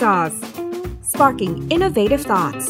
Jaws Sparking Innovative Thoughts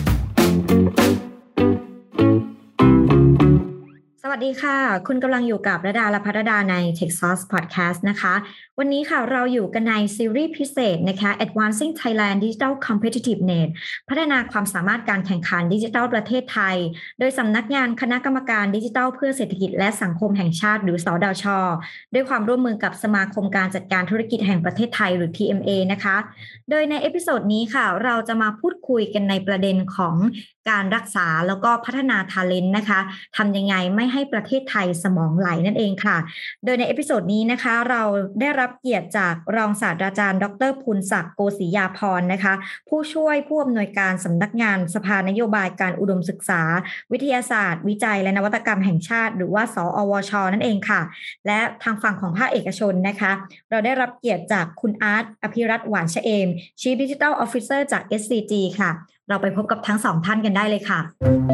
สวัสดีค่ะคุณกำลังอยู่กับระดาและพัฒดาใน Tech Sauce Podcast นะคะวันนี้ค่ะเราอยู่กันในซีรีส์พิเศษนะคะ Advancing Thailand Digital Competitiveness พัฒนาความสามารถการแข่งขันดิจิทัลประเทศไทยโดยสำนักงานคณะกรรมการดิจิทัลเพื่อเศรษฐกิจและสังคมแห่งชาติหรือสดช.ด้วยความร่วมมือกับสมาคมการจัดการธุรกิจแห่งประเทศไทยหรือ TMA นะคะโดยในเอพิโซดนี้ค่ะเราจะมาพูดคุยกันในประเด็นของการรักษาแล้วก็พัฒนา talent นะคะทำยังไงไม่ให้ประเทศไทยสมองไหลนั่นเองค่ะโดยในเอพิโซดนี้นะคะเราได้รับเกียรติจากรองศาสตราจารย์ดร.ภูลศักดิ์โกศิยาภรณ์นะคะผู้ช่วยผู้อำนวยการสำนักงานสภานโยบายการอุดมศึกษาวิทยาศาสตร์วิจัยและนวัตกรรมแห่งชาติหรือว่าสอวช.นั่นเองค่ะและทางฝั่งของภาคเอกชนนะคะเราได้รับเกียรติจากคุณอาร์ตอภิรัตน์หวานชเอม Chief Digital Officer จาก SCG ค่ะเราไปพบกับทั้งสองท่านกันได้เลยค่ะ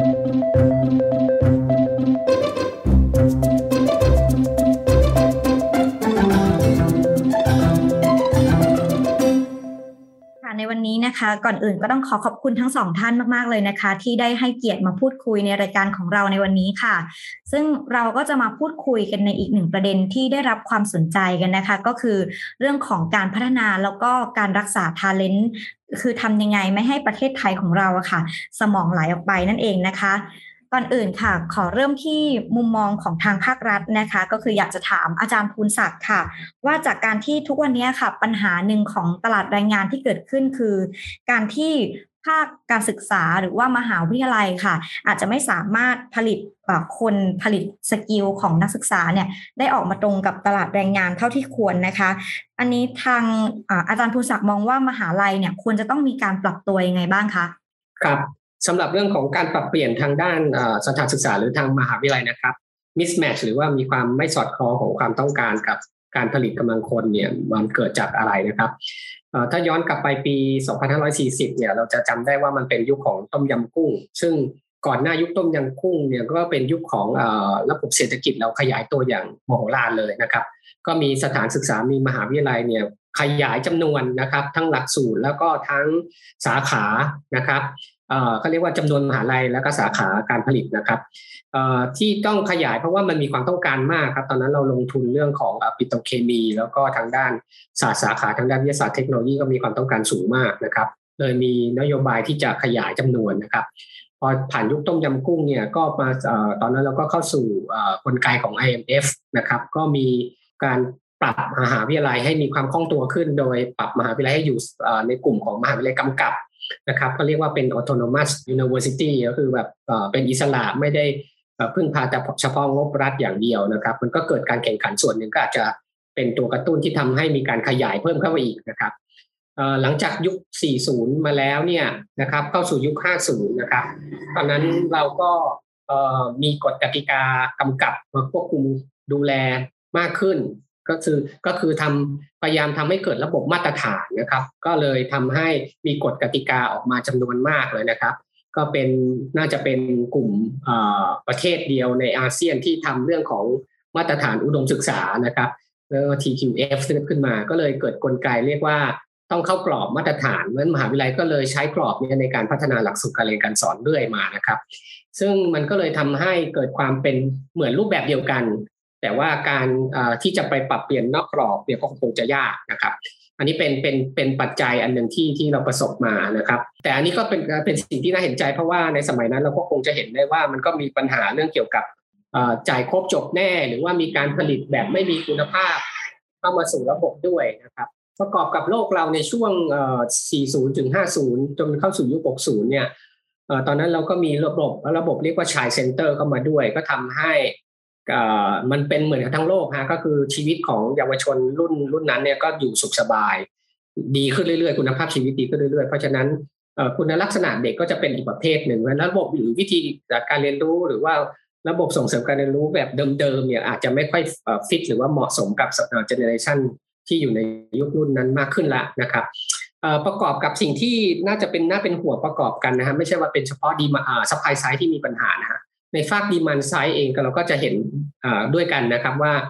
ในวันนี้นะคะก่อนอื่นก็ต้องขอบคุณทั้งสองท่านมากๆเลยนะคะที่ได้ให้เกียรติมาพูดคุยในรายการของเราในวันนี้ค่ะซึ่งเราก็จะมาพูดคุยกันในอีกหนึ่งประเด็นที่ได้รับความสนใจกันนะคะก็คือเรื่องของการพัฒนาแล้วก็การรักษา talent คือทำยังไงไม่ให้ประเทศไทยของเราอะค่ะสมองไหลออกไปนั่นเองนะคะก่อนอื่นค่ะขอเริ่มที่มุมมองของทางภาครัฐนะคะก็คืออยากจะถามอาจารย์ภูลศักดิ์ค่ะว่าจากการที่ทุกวันนี้ค่ะปัญหาหนึ่งของตลาดแรงงานที่เกิดขึ้นคือการที่ภาคการศึกษาหรือว่ามหาวิทยาลัยค่ะอาจจะไม่สามารถผลิตคนผลิตสกิลของนักศึกษาเนี่ยได้ออกมาตรงกับตลาดแรงงานเท่าที่ควรนะคะอันนี้ทางอาจารย์ภูลศักดิ์มองว่ามหาลัยเนี่ยควรจะต้องมีการปรับตัวยังไงบ้างคะครับสำหรับเรื่องของการปรับเปลี่ยนทางด้านสถานศึกษาหรือทางมหาวิทยาลัยนะครับ mismatch หรือว่ามีความไม่สอดคล้องของความต้องการกับการผลิตกำลังคนเนี่ยมันเกิดจากอะไรนะครับถ้าย้อนกลับไปปี 2540 เนี่ยเราจะจำได้ว่ามันเป็นยุคของต้มยำกุ้งซึ่งก่อนหน้ายุคต้มยำกุ้งเนี่ยก็เป็นยุคของระบบเศรษฐกิจเราขยายตัวอย่างมโหฬารเลยนะครับก็มีสถานศึกษามีมหาวิทยาลัยเนี่ยขยายจำนวนนะครับทั้งหลักสูตรแล้วก็ทั้งสาขานะครับเขาเรียกว่าจำนวนมหาลัยแล้วก็สาขาการผลิตนะครับที่ต้องขยายเพราะว่ามันมีความต้องการมากครับตอนนั้นเราลงทุนเรื่องของปิโตรเคมีแล้วก็ทางด้านสาขาทางด้านวิทยาศาสตร์เทคโนโลยีก็มีความต้องการสูงมากนะครับเลยมีนโยบายที่จะขยายจำนวนนะครับพอผ่านยุคต้มยำกุ้งเนี่ยก็มาตอนนั้นเราก็เข้าสู่กลไกของ IMF นะครับก็มีการปรับมหาวิทยาลัยให้มีความคล่องตัวขึ้นโดยปรับมหาวิทยาลัยให้อยู่ในกลุ่มของมหาวิทยาลัยกำกับนะครับก็เรียกว่าเป็น autonomous university ก็คือแบบเป็นอิสระไม่ได้พึ่งพาแต่เฉพาะงบรัฐอย่างเดียวนะครับมันก็เกิดการแข่งขันส่วนหนึ่งก็อาจจะเป็นตัวกระตุ้นที่ทำให้มีการขยายเพิ่มเข้าไปอีกนะครับหลังจากยุค 40 มาแล้วเนี่ยนะครับเข้าสู่ยุค 50 นะครับตอนนั้นเราก็มีกฎกติกากำกับมาควบคุมดูแลมากขึ้นก็คือพยายามทำให้เกิดระบบมาตรฐานนะครับก็เลยทำให้มีกฎกติกาออกมาจำนวนมากเลยนะครับก็เป็นน่าจะเป็นกลุ่มประเทศเดียวในอาเซียนที่ทำเรื่องของมาตรฐานอุดมศึกษานะครับแล้ว TQF ขึ้นมาก็เลยเกิดกลไกเรียกว่าต้องเข้ากรอบมาตรฐานเพราะฉะนั้นมหาวิทยาลัยก็เลยใช้กรอบนี้ในการพัฒนาหลักสูตรการเรียนการสอนเรื่อยมานะครับซึ่งมันก็เลยทำให้เกิดความเป็นเหมือนรูปแบบเดียวกันแต่ว่าการที่จะไปปรับเปลี่ยนนอกกรอบเนี่ยก็คงจะยากนะครับอันนี้เป็นปัจจัยอันหนึ่งที่เราประสบมานะครับแต่อันนี้ก็เป็นสิ่งที่น่าเห็นใจเพราะว่าในสมัยนั้นเราก็คงจะเห็นได้ว่ามันก็มีปัญหาเรื่องเกี่ยวกับจ่ายครบจบแน่หรือว่ามีการผลิตแบบไม่มีคุณภาพเข้ามาสู่ระบบด้วยนะครับประกอบกับโลกเราในช่วง40 ถึง 50 จนเข้าสู่ยุค 60 เนี่ยตอนนั้นเราก็มีระบบเรียกว่า Child Center เข้ามาด้วยก็ทำให้มันเป็นเหมือนกับทั้งโลกฮะก็คือชีวิตของเยาวชนรุ่นนั้นเนี่ยก็อยู่สุขสบายดีขึ้นเรื่อยๆคุณภาพชีวิตดีขึ้นเรื่อยๆเพราะฉะนั้นคุณลักษณะเด็กก็จะเป็นอีกประเภทหนึ่งระบบหรือวิธีการเรียนรู้หรือว่าระบบส่งเสริมการเรียนรู้แบบเดิมๆเนี่ยอาจจะไม่ค่อยฟิตหรือว่าเหมาะสมกับเจเนอเรชันที่อยู่ในยุครุ่นนั้นมากขึ้นละนะครับประกอบกับสิ่งที่น่าเป็นห่วงประกอบกันนะฮะไม่ใช่ว่าเป็นเฉพาะซัพพลายไซด์ที่มีปัญหานะฮะในฝากดีมานด์ไซด์เองเราก็จะเห็นด้วยกันนะครับว่า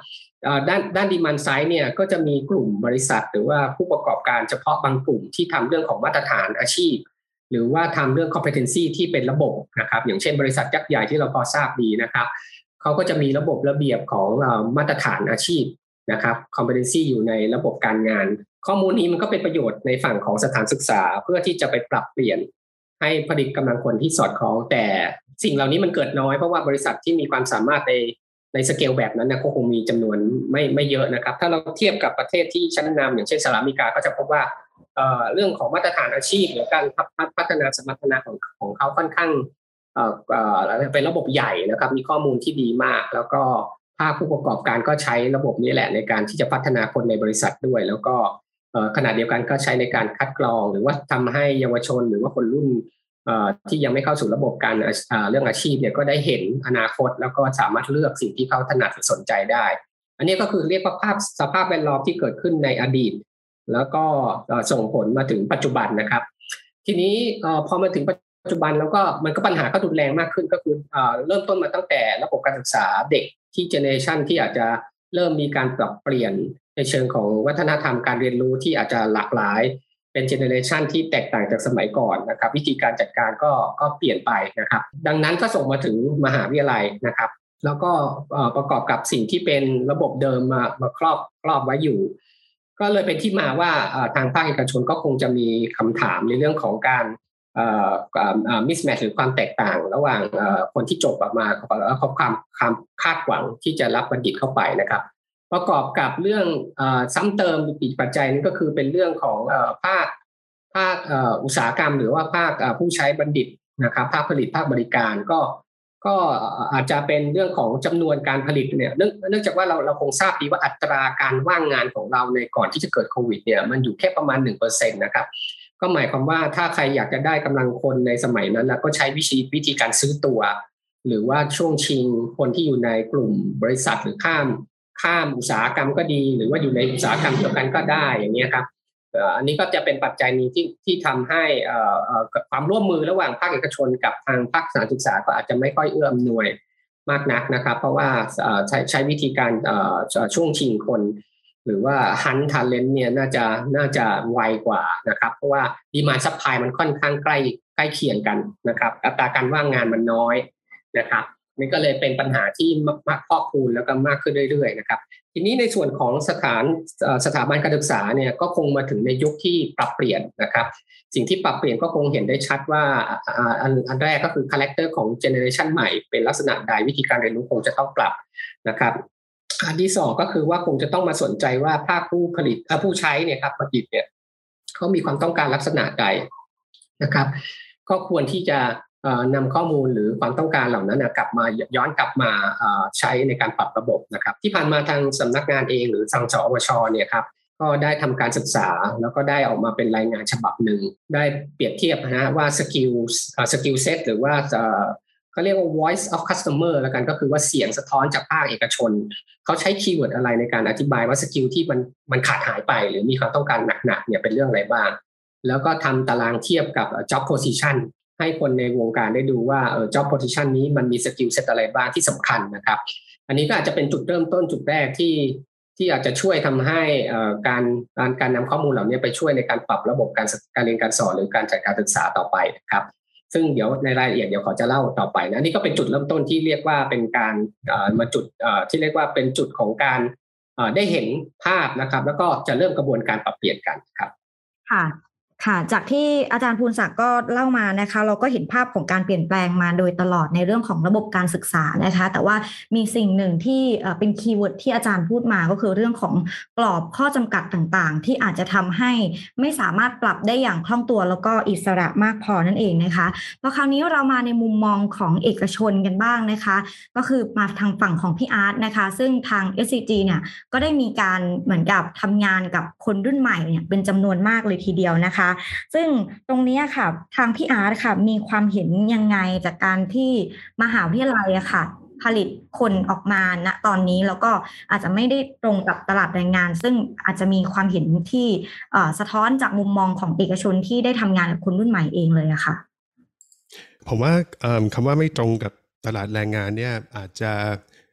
ด้านดีมานด์ไซด์เนี่ยก็จะมีกลุ่มบริษัทหรือว่าผู้ประกอบการเฉพาะบางกลุ่มที่ทำเรื่องของมาตรฐานอาชีพหรือว่าทำเรื่อง competency ที่เป็นระบบนะครับอย่างเช่นบริษัทยักษ์ใหญ่ที่เราพอทราบดีนะครับเขาก็จะมีระบบระเบียบของมาตรฐานอาชีพนะครับ competency อยู่ในระบบการงานข้อมูลนี้มันก็เป็นประโยชน์ในฝั่งของสถานศึกษาเพื่อที่จะไปปรับเปลี่ยนให้ผลิตกำลังคนที่สอดคล้องแต่สิ่งเหล่านี้มันเกิดน้อยเพราะว่าบริษัทที่มีความสามารถในสเกลแบบนั้นก็คงมีจำนวนไม่เยอะนะครับถ้าเราเทียบกับประเทศที่ชั้นนำอย่างเช่นสหรัฐอเมริกาก็จะพบว่าเรื่องของมาตรฐานอาชีพหรือการพัฒนาสมรรถนะของเขาค่อนข้างเป็นระบบใหญ่นะครับมีข้อมูลที่ดีมากแล้วก็ภาคผู้ประกอบการก็ใช้ระบบนี้แหละในการที่จะพัฒนาคนในบริษัทด้วยแล้วก็ขณะเดียวกันก็ใช้ในการคัดกรองหรือว่าทำให้เยาวชนหรือว่าคนรุ่นที่ยังไม่เข้าสู่ระบบการเรื่องอาชีพเนี่ยก็ได้เห็นอนาคตแล้วก็สามารถเลือกสิ่งที่เขาถนัดสนใจได้อันนี้ก็คือเรียกว่าสภาพแวดล้อมที่เกิดขึ้นในอดีตแล้วก็ส่งผลมาถึงปัจจุบันนะครับทีนี้พอมาถึงปัจจุบันแล้วก็มันก็ปัญหาก็รุนแรงมากขึ้นก็คือเริ่มต้นมาตั้งแต่ระบบการศึกษาเด็กที่เจเนอเรชันที่อาจจะเริ่มมีการปรับเปลี่ยนในเชิงของวัฒนธรรมการเรียนรู้ที่อาจจะหลากหลายเป็นเจเนอเรชันที่แตกต่างจากสมัยก่อนนะครับวิธีการจัดการก็เปลี่ยนไปนะครับดังนั้นก็ส่งมาถึงมหาวิทยาลัยนะครับแล้วก็ประกอบกับสิ่งที่เป็นระบบเดิมมาครอบไว้อยู่ก็เลยเป็นที่มาว่าทางภาคเอกชนก็คงจะมีคำถามในเรื่องของการมิสแมทหรือความแตกต่างระหว่างคนที่จบออกมาแล้วความคาดหวังที่จะรับบัณฑิตเข้าไปนะครับประกอบกับเรื่องซ้ำเติมอีกปัจจัยนึงก็คือเป็นเรื่องของภาคอุตสาหกรรมหรือว่าภาคผู้ใช้บัณฑิตนะครับภาคผลิตภาคบริการก็อาจจะเป็นเรื่องของจำนวนการผลิตเนี่ยเนื่องจากว่าเราคงทราบดีว่าอัตราการว่างงานของเราในก่อนที่จะเกิดโควิดเนี่ยมันอยู่แค่ประมาณ 1% นะครับก็หมายความว่าถ้าใครอยากจะได้กำลังคนในสมัยนั้นแล้วก็ใช้วิธีการซื้อตัวหรือว่าช่วงชิงคนที่อยู่ในกลุ่มบริษัทหรือข้ามอุตสาหกรรมก็ดีหรือว่าอยู่ในอุตสาหกรรมเดียวกันก็ได้อย่างนี้ครับอันนี้ก็จะเป็นปัจจัยนี้ที่ทำให้ความร่วมมือระหว่างภาคเอกชนกับทางภาคสถานศึกษาก็อาจจะไม่ค่อยเอื้ออำนวยมากนักนะครับเพราะว่าใช้วิธีการช่วงชิงคนหรือว่าฮันท์ทาเลนต์เนี่ยน่าจะไวกว่านะครับเพราะว่าดีมานด์ซัพพลายมันค่อนข้างใกล้เคียงกันนะครับอัตราการว่างงานมันน้อยนะครับนี่ก็เลยเป็นปัญหาที่มากพอกพูนแล้วก็มากขึ้นเรื่อยๆนะครับทีนี้ในส่วนของสถาบันการศึกษาเนี่ยก็คงมาถึงในยุคที่ปรับเปลี่ยนนะครับสิ่งที่ปรับเปลี่ยนก็คงเห็นได้ชัดว่าอันแรกก็คือคาแรคเตอร์ของเจเนอเรชันใหม่เป็นลักษณะใดวิธีการเรียนรู้คงจะต้องปรับนะครับอันที่สองก็คือว่าคงจะต้องมาสนใจว่าภาคผู้ผลิตผู้ใช้เนี่ยครับผลิตเนี่ยเขามีความต้องการลักษณะใดนะครับก็ควรที่จะนำข้อมูลหรือความต้องการเหล่านั้นย้อนกลับมาใช้ในการปรับระบบนะครับที่ผ่านมาทางสำนักงานเองหรือทางสอวชเนี่ยครับก็ได้ทำการศึกษาแล้วก็ได้ออกมาเป็นรายงานฉบับหนึ่งได้เปรียบเทียบนะว่าสกิลเซตหรือว่าเขาเรียกว่า voice of customer แล้วกันก็คือว่าเสียงสะท้อนจากภาคเอกชนเขาใช้คีย์เวิร์ดอะไรในการอธิบายว่าสกิลที่มันขาดหายไปหรือมีความต้องการหนักๆเนี่ยเป็นเรื่องอะไรบ้างแล้วก็ทำตารางเทียบกับ job positionให้คนในวงการได้ดูว่าjob position นี้มันมีสกิลเซตอะไรบ้างที่สำคัญนะครับอันนี้ก็อาจจะเป็นจุดเริ่มต้นจุดแรกที่อาจจะช่วยทำให้การนำข้อมูลเหล่านี้ไปช่วยในการปรับระบบการเรียนการสอนหรือการจัดการศึกษาต่อไปนะครับซึ่งเดี๋ยวในรายละเอียดเดี๋ยวขอจะเล่าต่อไปนะนี่ก็เป็นจุดเริ่มต้นที่เรียกว่าเป็นการมาจุดที่เรียกว่าเป็นจุดของการได้เห็นภาพนะครับแล้วก็จะเริ่มกระบวนการปรับเปลี่ยนกันครับค่ะจากที่อาจารย์ภูลศักดิ์ก็เล่ามานะคะเราก็เห็นภาพของการเปลี่ยนแปลงมาโดยตลอดในเรื่องของระบบการศึกษานะคะแต่ว่ามีสิ่งหนึ่งที่เป็นคีย์เวิร์ดที่อาจารย์พูดมาก็คือเรื่องของกรอบข้อจำกัดต่างๆที่อาจจะทำให้ไม่สามารถปรับได้อย่างคล่องตัวแล้วก็อิสระมากพอนั่นเองนะคะพอคราวนี้เรามาในมุมมองของเอกชนกันบ้างนะคะก็คือมาทางฝั่งของพี่อาร์ตนะคะซึ่งทาง SCG เนี่ยก็ได้มีการเหมือนกับทำงานกับคนรุ่นใหม่เนี่ยเป็นจำนวนมากเลยทีเดียวนะคะซึ่งตรงนี้ค่ะทางพี่อาร์ตค่ะมีความเห็นยังไงจากการที่มหาวิทยาลัยอะค่ะผลิตคนออกมาณตอนนี้แล้วก็อาจจะไม่ได้ตรงกับตลาดแรงงานซึ่งอาจจะมีความเห็นที่สะท้อนจากมุมมองของเอกชนที่ได้ทำงานกับคนรุ่นใหม่เองเลยอะค่ะผมว่าคำว่าไม่ตรงกับตลาดแรงงานเนี่ยอาจจะ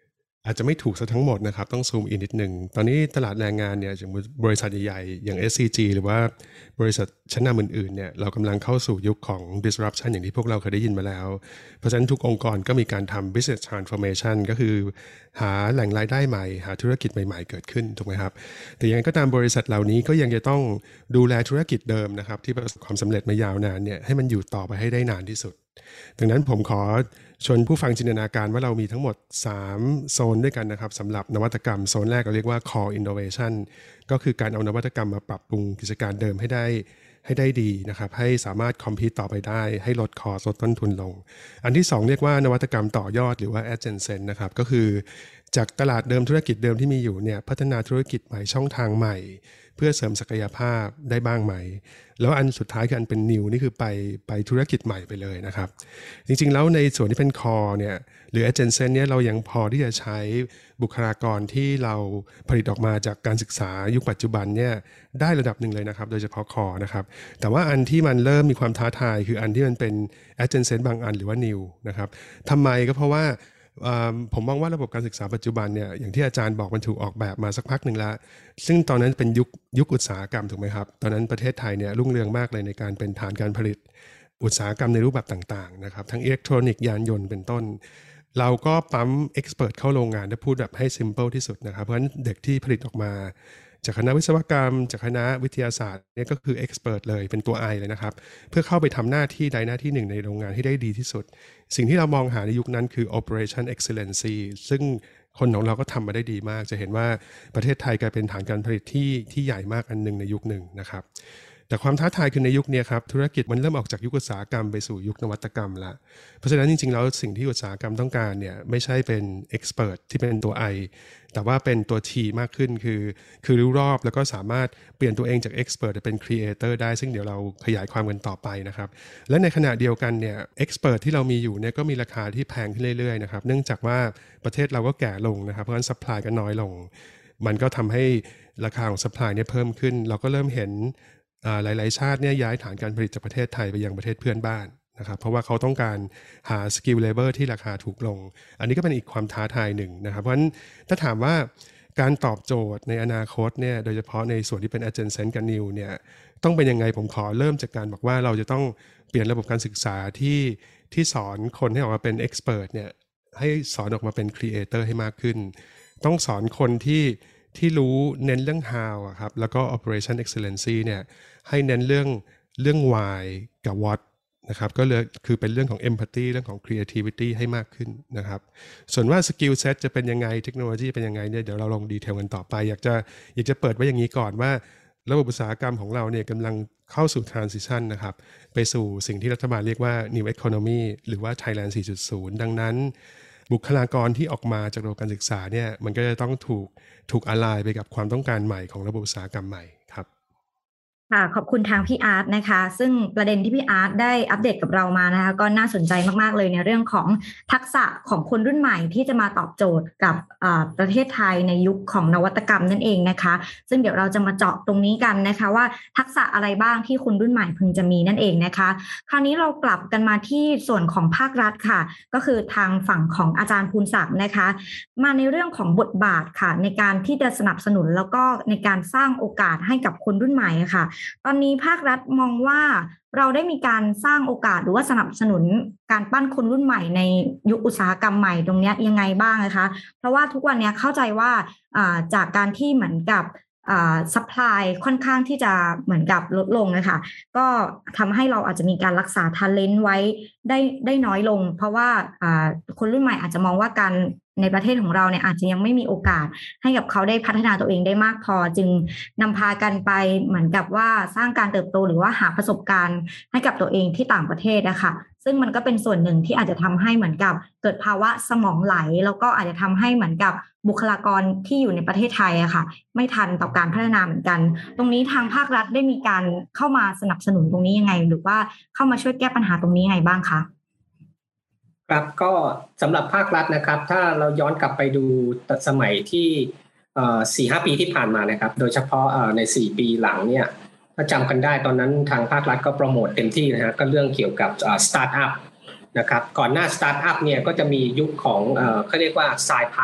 อาจจะไม่ถูกซะทั้งหมดนะครับต้องซูมอินนิดนึงตอนนี้ตลาดแรงงานเนี่ยอย่างบริษัทใหญ่ๆอย่าง SCG หรือว่าบริษัทชั้นนำอื่นๆเนี่ยเรากำลังเข้าสู่ยุคของ disruption อย่างที่พวกเราเคยได้ยินมาแล้วเพราะฉะนั้นทุกองค์กรก็มีการทำ business transformation ก็คือหาแหล่งรายได้ใหม่หาธุรกิจใหม่ๆเกิดขึ้นถูกไหมครับแต่ยังไงก็ตามบริษัทเหล่านี้ก็ยังจะต้องดูแลธุรกิจเดิมนะครับที่ประสบความสำเร็จมายาวนานเนี่ยให้มันอยู่ต่อไปให้ได้นานที่สุดดังนั้นผมขอชวนผู้ฟังจินตนาการว่าเรามีทั้งหมด3โซนด้วยกันนะครับสำหรับนวัตกรรมโซนแรกเราเรียกว่า core innovation ก็คือการเอานวัตกรรมมาปรับปรุงกิจการเดิมให้ได้ดีนะครับให้สามารถ compete ต่อไปได้ให้ลดคอสลดต้นทุนลงอันที่2เรียกว่านวัตกรรมต่อยอดหรือว่า adjacent นะครับก็คือจากตลาดเดิมธุรกิจเดิมที่มีอยู่เนี่ยพัฒนาธุรกิจใหม่ช่องทางใหม่เพื่อเสริมศักยภาพได้บ้างไหมแล้วอันสุดท้ายคืออันเป็น new นี่คือไปธุรกิจใหม่ไปเลยนะครับจริงๆแล้วในส่วนที่เป็น core เนี่ยหรือ adjacent เนี่ยเรายังพอที่จะใช้บุคลากรที่เราผลิตออกมาจากการศึกษายุคปัจจุบันเนี่ยได้ระดับหนึ่งเลยนะครับโดยเฉพาะ core นะครับแต่ว่าอันที่มันเริ่มมีความท้าทายคืออันที่มันเป็น adjacent บางอันหรือว่า new นะครับทำไมก็เพราะว่าผมมองว่าระบบการศึกษาปัจจุบันเนี่ยอย่างที่อาจารย์บอกมันถูกออกแบบมาสักพักหนึ่งแล้วซึ่งตอนนั้นเป็นยุคอุตสาหกรรมถูกไหมครับตอนนั้นประเทศไทยเนี่ยรุ่งเรืองมากเลยในการเป็นฐานการผลิตอุตสาหกรรมในรูปแบบต่างๆนะครับทั้งอิเล็กทรอนิกส์ยานยนต์เป็นต้นเราก็ปั๊มเอ็กซ์เพิร์ทเข้าโรงงานถ้าพูดแบบให้ simple ที่สุดนะครับเพราะฉะนั้นเด็กที่ผลิตออกมาจากคณะวิศวกรรมจากคณะวิทยาศาสตร์เนี่ยก็คือ expert เลยเป็นตัว I เลยนะครับเพื่อเข้าไปทำหน้าที่ใดหน้าที่หนึ่งในโรงงานให้ได้ดีที่สุดสิ่งที่เรามองหาในยุคนั้นคือ operation excellency ซึ่งคนของเราก็ทำมาได้ดีมากจะเห็นว่าประเทศไทยกลายเป็นฐานการผลิตที่ใหญ่มากอันหนึ่งในยุคหนึ่งนะครับแต่ความท้าทายคือในยุคนี้ครับธุรกิจมันเริ่มออกจากยุคอุตสาหกรรมไปสู่ยุคนวัตกรรมละเพราะฉะนั้นจริงๆแล้วสิ่งที่อุตสาหกรรมต้องการเนี่ยไม่ใช่เป็น expert ที่เป็นตัว I แต่ว่าเป็นตัว T มากขึ้นคือรู้รอบแล้วก็สามารถเปลี่ยนตัวเองจาก expert เป็น creator ได้ซึ่งเดี๋ยวเราขยายความกันต่อไปนะครับและในขณะเดียวกันเนี่ย expert ที่เรามีอยู่เนี่ยก็มีราคาที่แพงขึ้นเรื่อยๆนะครับเนื่องจากว่าประเทศเราก็แก่ลงนะครับเพราะฉะนั้น supply ก็น้อยลงมันก็ทำให้ราคาของ supply เนี่ยเพิ่มขึ้นเราก็เริ่มเห็นหลายๆชาติเนี่ยย้ายฐานการผลิตจากประเทศไทยไปยังประเทศเพื่อนบ้านนะครับเพราะว่าเขาต้องการหา skill labor ที่ราคาถูกลงอันนี้ก็เป็นอีกความท้าทายหนึ่งนะครับเพราะฉะนั้นถ้าถามว่าการตอบโจทย์ในอนาคตเนี่ยโดยเฉพาะในส่วนที่เป็น adjacent กับ new เนี่ยต้องเป็นยังไงผมขอเริ่มจากการบอกว่าเราจะต้องเปลี่ยนระบบการศึกษาที่สอนคนให้ออกมาเป็น expert เนี่ยให้สอนออกมาเป็น creator ให้มากขึ้นต้องสอนคนที่รู้เน้นเรื่อง how อะครับแล้วก็ operation excellency เนี่ยให้เน้นเรื่อง why กับ what นะครับก็เลยคือเป็นเรื่องของ empathy เรื่องของ creativity ให้มากขึ้นนะครับส่วนว่า skill set จะเป็นยังไงเทคโนโลยีเป็นยังไงเนี่ยเดี๋ยวเราลงดีเทลกันต่อไปอยากจะเปิดไว้อย่างนี้ก่อนว่าระบบอุตสาหกรรมของเราเนี่ยกำลังเข้าสู่ transition นะครับไปสู่สิ่งที่รัฐบาลเรียกว่า new economy หรือว่า Thailand 4.0 ดังนั้นบุคลากรที่ออกมาจากระบบการศึกษาเนี่ยมันก็จะต้องถูก align ไปกับความต้องการใหม่ของระบบอุตสาหกรรมใหม่ครับค่ะขอบคุณทางพี่อาร์ตนะคะซึ่งประเด็นที่พี่อาร์ตได้อัปเดตกับเรามานะคะก็น่าสนใจมากๆเลยในเรื่องของทักษะของคนรุ่นใหม่ที่จะมาตอบโจทย์กับประเทศไทยในยุคของนวัตกรรมนั่นเองนะคะซึ่งเดี๋ยวเราจะมาเจาะตรงนี้กันนะคะว่าทักษะอะไรบ้างที่คนรุ่นใหม่พึงจะมีนั่นเองนะคะคราวนี้เรากลับกันมาที่ส่วนของภาครัฐค่ะก็คือทางฝั่งของอาจารย์ภูลศักดิ์นะคะมาในเรื่องของบทบาทค่ะในการที่จะสนับสนุนแล้วก็ในการสร้างโอกาสให้กับคนรุ่นใหม่ค่ะตอนนี้ภาครัฐมองว่าเราได้มีการสร้างโอกาสหรือว่าสนับสนุนการปั้นคนรุ่นใหม่ในยุคอุตสาหกรรมใหม่ตรงนี้ยังไงบ้างนะคะเพราะว่าทุกวันนี้เข้าใจว่าจากการที่เหมือนกับซัพพลายค่อนข้างที่จะเหมือนกับลดลงนะคะก็ทำให้เราอาจจะมีการรักษา talent ไว้ได้น้อยลงเพราะว่าคนรุ่นใหม่อาจจะมองว่าการในประเทศของเราเนี่ยอาจจะยังไม่มีโอกาสให้กับเขาได้พัฒนาตัวเองได้มากพอจึงนำพากันไปเหมือนกับว่าสร้างการเติบโตหรือว่าหาประสบการณ์ให้กับตัวเองที่ต่างประเทศนะคะซึ่งมันก็เป็นส่วนหนึ่งที่อาจจะทำให้เหมือนกับเกิดภาวะสมองไหลแล้วก็อาจจะทำให้เหมือนกับบุคลากรที่อยู่ในประเทศไทยอะค่ะไม่ทันต่อการพัฒนาเหมือนกันตรงนี้ทางภาครัฐได้มีการเข้ามาสนับสนุนตรงนี้ยังไงหรือว่าเข้ามาช่วยแก้ปัญหาตรงนี้ยังไงบ้างคะครับก็สำหรับภาครัฐนะครับถ้าเราย้อนกลับไปดูสมัยที่4-5 ปีที่ผ่านมานะครับโดยเฉพาะใน4 ปีหลังเนี่ยถ้าจำกันได้ตอนนั้นทางภาครัฐก็โปรโมทเต็มที่นะฮะก็เรื่องเกี่ยวกับสตาร์ทอัพนะครับก่อนหน้าสตาร์ทอัพเนี่ยก็จะมียุคของเขาเรียกว่า Sci Park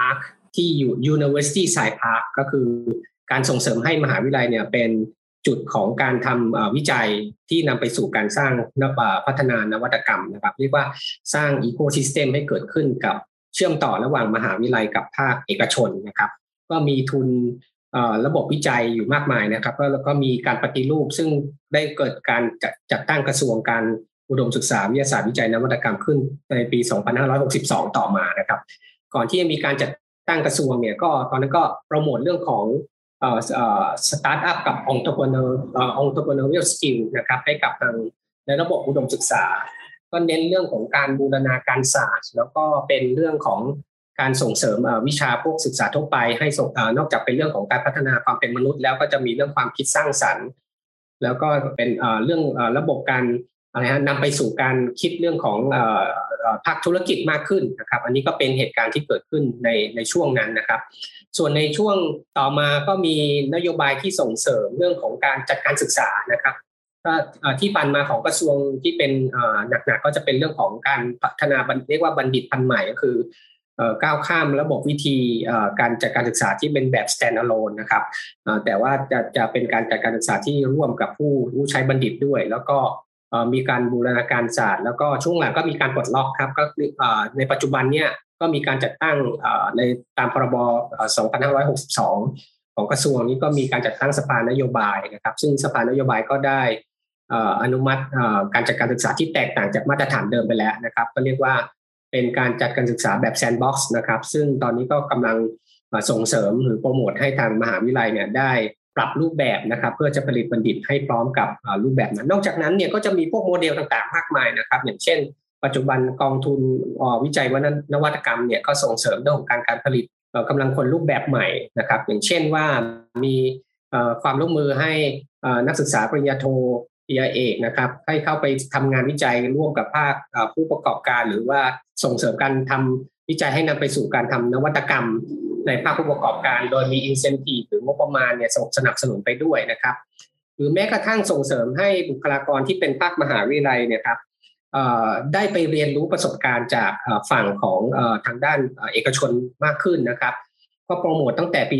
ที่อยู่ University Science Park ก็คือการส่งเสริมให้มหาวิทยาลัยเนี่ยเป็นจุดของการทำวิจัยที่นำไปสู่การสร้างพัฒนานวัตกรรมนะครับเรียกว่าสร้างอีโคซิสเต็มให้เกิดขึ้นกับเชื่อมต่อระหว่างมหาวิทยาลัยกับภาคเอกชนนะครับก็มีทุนระบบวิจัยอยู่มากมายนะครับแล้วก็มีการปฏิรูปซึ่งได้เกิดการจัดตั้งกระทรวงการอุดมศึกษาวิทยาศาสตร์วิจัยนวัตกรรมขึ้นในปี 2562 ต่อมานะครับก่อนที่จะมีการจัดตั้งกระทรวงเนี่ยก็ตอนนั้นก็โปรโมทเรื่องของสตาร์ทอัพกับentrepreneurial skill นะครับให้กับทางในระบบอุดมศึกษาก็เน้นเรื่องของการบูรณาการศาสตร์แล้วก็เป็นเรื่องของการส่งเสริมวิชาพวกศึกษาทั่วไปให้นอกจากเป็นเรื่องของการพัฒนาความเป็นมนุษย์แล้วก็จะมีเรื่องความคิดสร้างสรรค์แล้วก็เป็นเรื่องระบบการนำไปสู่การคิดเรื่องของภาคธุรกิจมากขึ้นนะครับอันนี้ก็เป็นเหตุการณ์ที่เกิดขึ้นในช่วงนั้นนะครับส่วนในช่วงต่อมาก็มีนโยบายที่ส่งเสริมเรื่องของการจัดการศึกษานะครับที่ผ่านมาของกระทรวงที่เป็นหนักๆก็จะเป็นเรื่องของการพัฒนาเรียกว่าบัณฑิตพันธุ์ใหม่ก็คือก้าวข้ามระบบวิธีการจัดการศึกษาที่เป็นแบบ stand-alone นะครับแต่ว่าจะเป็นการจัดการศึกษาที่ร่วมกับผู้ใช้บัณฑิตด้วยแล้วก็มีการบูรณาการศาสตร์แล้วก็ช่วงหลังก็มีการปลดล็อกครับก็ในปัจจุบันเนี่ยก็มีการจัดตั้งในตามพรบ 2562 ของกระทรวงนี้ก็มีการจัดตั้งสภานโยบายนะครับซึ่งสภานโยบายก็ได้อนุมัติการจัดการศึกษาที่แตกต่างจากมาตรฐานเดิมไปแล้วนะครับก็เรียกว่าเป็นการจัดการศึกษาแบบแซนด์บ็อกซ์นะครับซึ่งตอนนี้ก็กำลังส่งเสริมหรือโปรโมทให้ทางมหาวิทยาลัยเนี่ยได้ปรับรูปแบบนะครับเพื่อจะผลิตบัณฑิตให้พร้อมกับรูปแบบนั้นนอกจากนั้นเนี่ยก็จะมีพวกโมเดลต่างๆมากมายนะครับอย่างเช่นปัจจุบันกองทุนวิจัยนวัตกรรมเนี่ยก็ส่งเสริมเรื่องของการผลิตกำลังคนรูปแบบใหม่นะครับอย่างเช่นว่ามีความร่วมมือให้นักศึกษาปริญญาโทปริญญาเอกนะครับให้เข้าไปทำงานวิจัยร่วมกับภาคผู้ประกอบการหรือว่าส่งเสริมการทำวิจัยให้นำไปสู่การทำนวัตกรรมในภาคผู้ประกอบการโดยมี incentive หรืองบประมาณเนี่ยสนับสนุนไปด้วยนะครับหรือแม้กระทั่งส่งเสริมให้บุคลากรที่เป็นภาคมหาวิทยาลัยเนี่ยครับได้ไปเรียนรู้ประสบการณ์จากฝั่งของทางด้านเอกชนมากขึ้นนะครับก็โปรโมทตั้งแต่ปี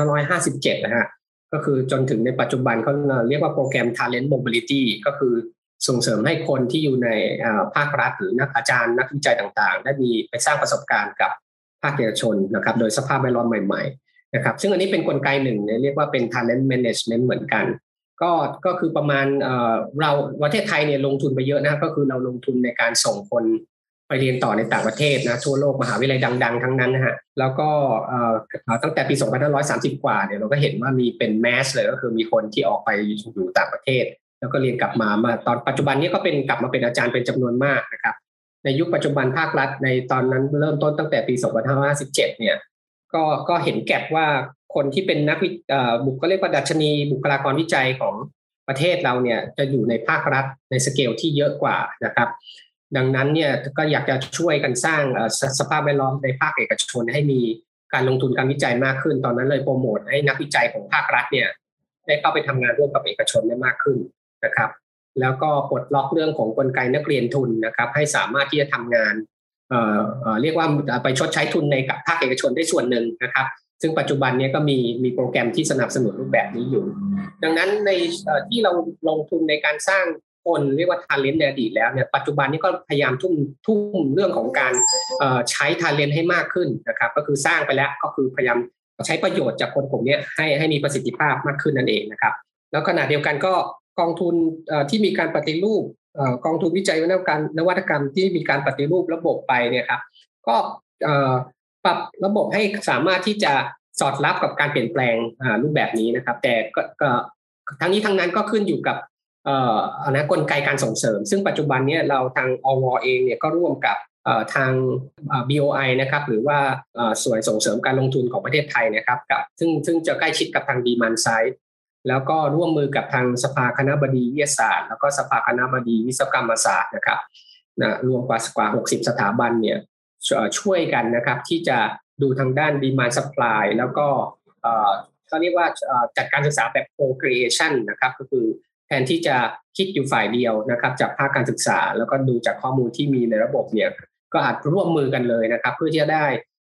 2557 นะฮะก็คือจนถึงในปัจจุบันเขาเรียกว่าโปรแกรม Talent Mobility ก็คือส่งเสริมให้คนที่อยู่ในภาครัฐหรือนักอาจารย์นักวิจัยต่างๆได้มีไปสร้างประสบการณ์กับภาคเอกชนนะครับโดยสภาพแวดล้อมใหม่ๆนะครับซึ่งอันนี้เป็นกลไกหนึ่งเรียกว่าเป็น Talent Management เหมือนกันก็คือประมาณเราประเทศไทยเนี่ยลงทุนไปเยอะนะก็คือเราลงทุนในการส่งคนไปเรียนต่อในต่างประเทศนะทั่วโลกมหาวิทยาลัยดังๆทั้งนั้นนะฮะแล้วก็ตั้งแต่ปี 2530 กว่าเนี่ยเราก็เห็นว่ามีเป็นแมสเลยก็คือมีคนที่ออกไปอยู่ต่างประเทศแล้วก็เรียนกลับมาตอนปัจจุบันนี้ก็เป็นกลับมาเป็นอาจารย์เป็นจำนวนมากนะครับในยุคปัจจุบันภาครัฐในตอนนั้นเริ่มต้นตั้งแต่ปี 2557 เนี่ยก็เห็นแก็บว่าคนที่เป็นนักก็เรียกว่าดัชนีบุคลากรวิจัยของประเทศเราเนี่ยจะอยู่ในภาครัฐในสเกลที่เยอะกว่านะครับดังนั้นเนี่ยก็อยากจะช่วยกันสร้างสภาพแวดล้อมในภาคเอกชนให้มีการลงทุนการวิจัยมากขึ้นตอนนั้นเลยโปรโมทให้นักวิจัยของภาครัฐเนี่ยได้เข้าไปทำงานร่วมกับเอกชนได้มากขึ้นนะครับแล้วก็ปลดล็อกเรื่องของกลไกนักเรียนทุนนะครับให้สามารถที่จะทำงานเรียกว่าไปชดใช้ทุนในกับภาคเอกชนได้ส่วนหนึ่งนะครับซึ่งปัจจุบันนี้ก็มีโปรแกรมที่สนับสนุนรูปแบบนี้อยู่ดังนั้นในที่เราลงทุนในการสร้างคนเรียกว่า talent ในอดีตแล้วเนี่ยปัจจุบันนี้ก็พยายามทุ่มเรื่องของการใช้ talent ให้มากขึ้นนะครับก็คือสร้างไปแล้วก็คือพยายามใช้ประโยชน์จากคนกลุ่มนี้ให้มีประสิทธิภาพมากขึ้นนั่นเองนะครับแล้วขณะเดียวกันก็กองทุนที่มีการปฏิรูปกองทุนวิจัยนวัตกรรมที่มีการปฏิรูประบบไปเนี่ยครับก็ปรับระบบให้สามารถที่จะสอดรับกับการเปลี่ยนแปลงรูปแบบนี้นะครับแต่ก็ทั้งนี้ทั้งนั้นก็ขึ้นอยู่กับกลไกการส่งเสริมซึ่งปัจจุบันนี้เราทางอวเองเนี่ยก็ร่วมกับทาง BOI นะครับหรือว่าส่วนส่งเสริมการลงทุนของประเทศไทยนะครับกับซึ่งจะใกล้ชิดกับทาง Demand Side แล้วก็ร่วมมือกับทางสภาคณบดีวิทยาศาสตร์แล้วก็สภาคณบดีวิศวกรรมศาสตร์นะครับรวมกว่า60 สถาบันเนี่ยช่วยกันนะครับที่จะดูทางด้าน Demand Supply แล้วก็เขาเรียกว่าจัดการศึกษาแบบ co-creation นะครับก็คือแทนที่จะคิดอยู่ฝ่ายเดียวนะครับจากภาคการศึกษาแล้วก็ดูจากข้อมูลที่มีในระบบเนี่ยก็อาจร่วมมือกันเลยนะครับเพื่อที่จะได้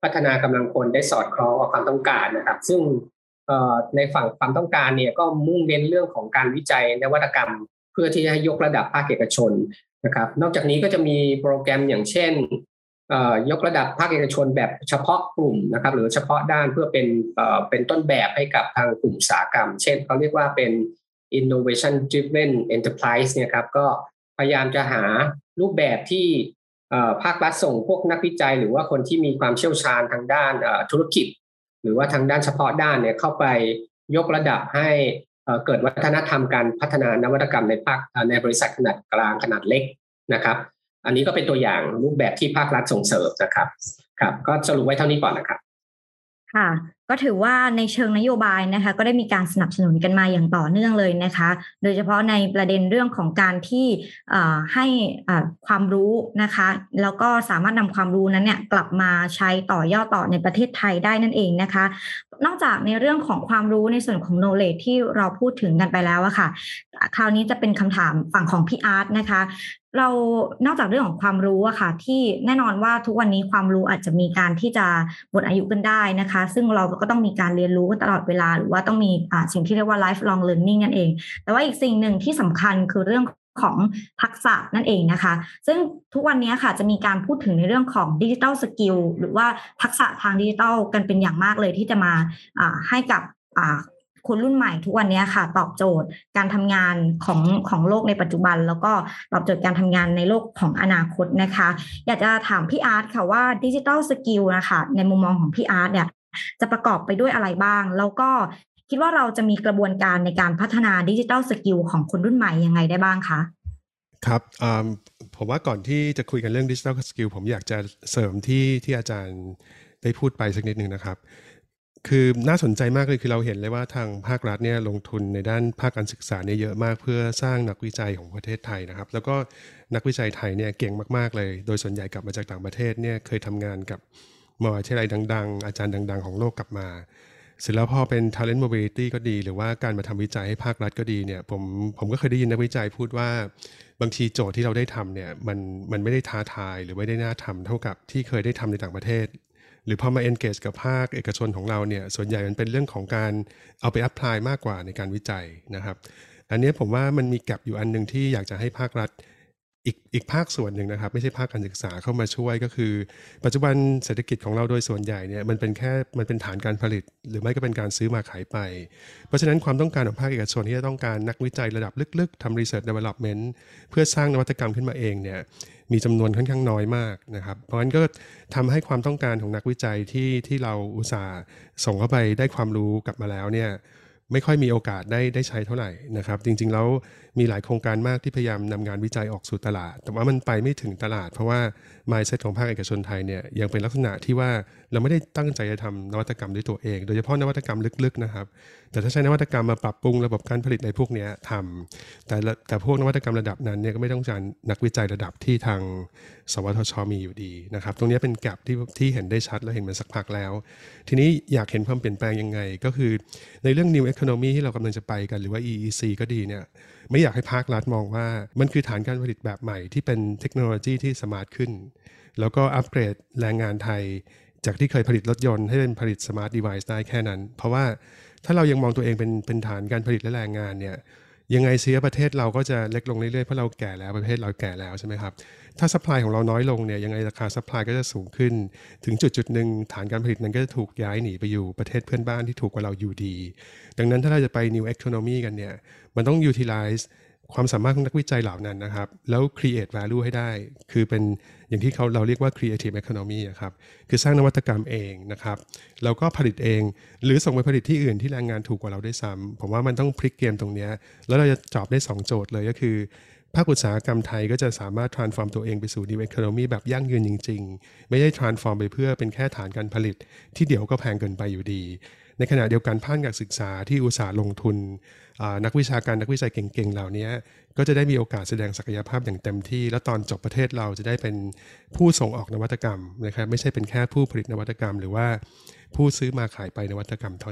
พัฒนากำลังคนได้สอดคล้องกับความต้องการนะครับซึ่งในฝั่งความต้องการเนี่ยก็มุ่งเน้นเรื่องของการวิจัยนวัตกรรมเพื่อที่จะยกระดับภาคเอกชนนะครับนอกจากนี้ก็จะมีโปรแกรมอย่างเช่นยกระดับภาคเอกชนแบบเฉพาะกลุ่มนะครับหรือเฉพาะด้านเพื่อเป็นต้นแบบให้กับทางกลุ่มอุตสาหกรรมเช่นเขาเรียกว่าเป็น innovation driven enterprise เนี่ยครับก็พยายามจะหารูปแบบที่ภาครัฐส่งพวกนักวิจัยหรือว่าคนที่มีความเชี่ยวชาญทางด้านธุรกิจหรือว่าทางด้านเฉพาะด้านเนี่ยเข้าไปยกระดับให้เกิดวัฒนธรรมการพัฒนานวัตกรรมในบริษัทขนาดกลางขนาดเล็กนะครับอันนี้ก็เป็นตัวอย่างรูปแบบที่ภาครัฐส่งเสริมนะครับครับก็สรุปไว้เท่านี้ก่อนนะครับค่ะก็ถือว่าในเชิงนโยบายนะคะก็ได้มีการสนับสนุนกันมาอย่างต่อเนื่องเลยนะคะโดยเฉพาะในประเด็นเรื่องของการที่ให้ความรู้นะคะแล้วก็สามารถนำความรู้นั้นเนี่ยกลับมาใช้ต่อยอดต่อในประเทศไทยได้นั่นเองนะคะนอกจากในเรื่องของความรู้ในส่วนของ knowledge ที่เราพูดถึงกันไปแล้วอะค่ะคราวนี้จะเป็นคำถามฝั่งของพี่อาร์ตนะคะเรานอกจากเรื่องของความรู้อะค่ะที่แน่นอนว่าทุกวันนี้ความรู้อาจจะมีการที่จะหมดอายุกันได้นะคะซึ่งเราก็ต้องมีการเรียนรู้ตลอดเวลาหรือว่าต้องมีสิ่งที่เรียกว่า lifelong learning นั่นเองแต่ว่าอีกสิ่งหนึ่งที่สำคัญคือเรื่องของทักษะนั่นเองนะคะซึ่งทุกวันนี้ค่ะจะมีการพูดถึงในเรื่องของ digital skill หรือว่าทักษะทางดิจิทัลกันเป็นอย่างมากเลยที่จะมาให้กับคนรุ่นใหม่ทุกวันนี้ค่ะตอบโจทย์การทำงานของโลกในปัจจุบันแล้วก็ตอบโจทย์การทำงานในโลกของอนาคตนะคะอยากจะถามพี่อาร์ตค่ะว่าดิจิทัลสกิลนะคะในมุมมองของพี่อาร์ตเนี่ยจะประกอบไปด้วยอะไรบ้างแล้วก็คิดว่าเราจะมีกระบวนการในการพัฒนาดิจิทัลสกิลของคนรุ่นใหม่ยังไงได้บ้างคะครับผมว่าก่อนที่จะคุยกันเรื่องดิจิทัลสกิลผมอยากจะเสริมที่อาจารย์ได้พูดไปสักนิดนึงนะครับคือน่าสนใจมากเลยคือเราเห็นเลยว่าทางภาครัฐเนี่ยลงทุนในด้านภาคการศึกษาเนี่ยเยอะมากเพื่อสร้างนักวิจัยของประเทศไทยนะครับแล้วก็นักวิจัยไทยเนี่ยเก่งมากๆเลยโดยส่วนใหญ่กลับมาจากต่างประเทศเนี่ยเคยทำงานกับมหาวิทยาลัยดังๆอาจารย์ดังๆของโลกกลับมาเสร็จแล้วพอเป็น talent mobility ก็ดีหรือว่าการมาทำวิจัยให้ภาครัฐก็ดีเนี่ยผมก็เคยได้ยินนักวิจัยพูดว่าบางทีโจทย์ที่เราได้ทำเนี่ยมันไม่ได้ท้าทายหรือไม่ได้น่าทำเท่ากับที่เคยได้ทำในต่างประเทศหรือพอมา engage กับภาคเอกชนของเราเนี่ยส่วนใหญ่มันเป็นเรื่องของการเอาไป apply มากกว่าในการวิจัยนะครับอันนี้ผมว่ามันมีแกลบอยู่อันนึงที่อยากจะให้ภาครัฐอีกภาคส่วนหนึ่งนะครับไม่ใช่ภาคการศึกษาเข้ามาช่วยก็คือปัจจุบันเศรษฐกิจของเราโดยส่วนใหญ่เนี่ยมันเป็นฐานการผลิตหรือไม่ก็เป็นการซื้อมาขายไปเพราะฉะนั้นความต้องการของภาคเอกชนที่จะต้องการนักวิจัยระดับลึกๆทำ research development เพื่อสร้างนวัตกรรมขึ้นมาเองเนี่ยมีจำนวนค่อนข้างน้อยมากนะครับเพราะฉะนั้นก็ทำให้ความต้องการของนักวิจัยที่เราอุตส่าห์ส่งเข้าไปได้ความรู้กลับมาแล้วเนี่ยไม่ค่อยมีโอกาสได้ใช้เท่าไหร่นะครับจริงๆแล้วมีหลายโครงการมากที่พยายามนำงานวิจัยออกสู่ตลาดแต่ว่ามันไปไม่ถึงตลาดเพราะว่า mindset ของภาคเอกชนไทยเนี่ยยังเป็นลักษณะที่ว่าเราไม่ได้ตั้งใจจะทำนวัตกรรมด้วยตัวเองโดยเฉพาะนวัตกรรมลึกๆนะครับแต่ถ้าใช้นวัตกรรมมาปรับปรุงระบบการผลิตในพวกนี้ทำแต่พวกนวัตกรรมระดับนั้นเนี่ยก็ไม่ต้องการนักวิจัยระดับที่ทางสวทช.มีอยู่ดีนะครับตรงนี้เป็นแกลบที่เห็นได้ชัดและเห็นมาสักพักแล้วทีนี้อยากเห็นความเปลี่ยนแปลงยังไงก็คือในเรื่อง New Economy ที่เรากำลังจะไปกันหรือว่า EEC ก็ดีเนี่ยไม่อยากให้ภาครัฐมองว่ามันคือฐานการผลิตแบบใหม่ที่เป็นเทคโนโลยีที่สมาร์ทขึ้นแล้วก็อัปเกรดแรงงานไทยจากที่เคยผลิตรถยนต์ให้เป็นผลิตสมาร์ทเดไวซ์ได้แค่นั้นเพราะว่าถ้าเรายังมองตัวเองเป็นฐานการผลิตและแรงงานเนี่ยยังไงเสียประเทศเราก็จะเล็กลงเรื่อยๆเพราะเราแก่แล้วประเทศเราแก่แล้วใช่ไหมครับถ้าซัพพลายของเราน้อยลงเนี่ยยังไงราคาซัพพลายก็จะสูงขึ้นถึงจุดหนึ่งฐานการผลิตนั้นก็จะถูกย้ายหนีไปอยู่ประเทศเพื่อนบ้านที่ถูกกว่าเราอยู่ดีดังนั้นถ้าเราจะไป New Economy กันเนี่ยมันต้อง utilize ความสามารถของนักวิจัยเหล่านั้นนะครับแล้ว create value ให้ได้คือเป็นอย่างที่เราเรียกว่า creative economy ครับคือสร้างนวัตกรรมเองนะครับแล้วก็ผลิตเองหรือส่งไปผลิตที่อื่นที่แรงงานถูกกว่าเราได้ซ้ำผมว่ามันต้องพลิกเกมตรงนี้แล้วเราจะตอบได้2โจทย์เลยก็คือภาคอุตสาหกรรมไทยก็จะสามารถ transform ตัวเองไปสู่ new economy แบบยั่งยืนจริงๆไม่ได้ transform ไปเพื่อเป็นแค่ฐานการผลิตที่เดี๋ยวก็แพงเกินไปอยู่ดีในขณะเดียวกันภาคการศึกษาที่อุตสาห์ลงทุนนักวิชาการนักวิจัยเก่งๆเหล่านี้ก็จะได้มีโอกาสแสดงศักยภาพอย่างเต็มที่แล้วตอนจบประเทศเราจะได้เป็นผู้ส่งออกนวัตกรรมนะครับไม่ใช่เป็นแค่ผู้ผลิตนวัตกรรมหรือว่าผู้ซื้อมาขายไปนวัตกรรมเท่านั้น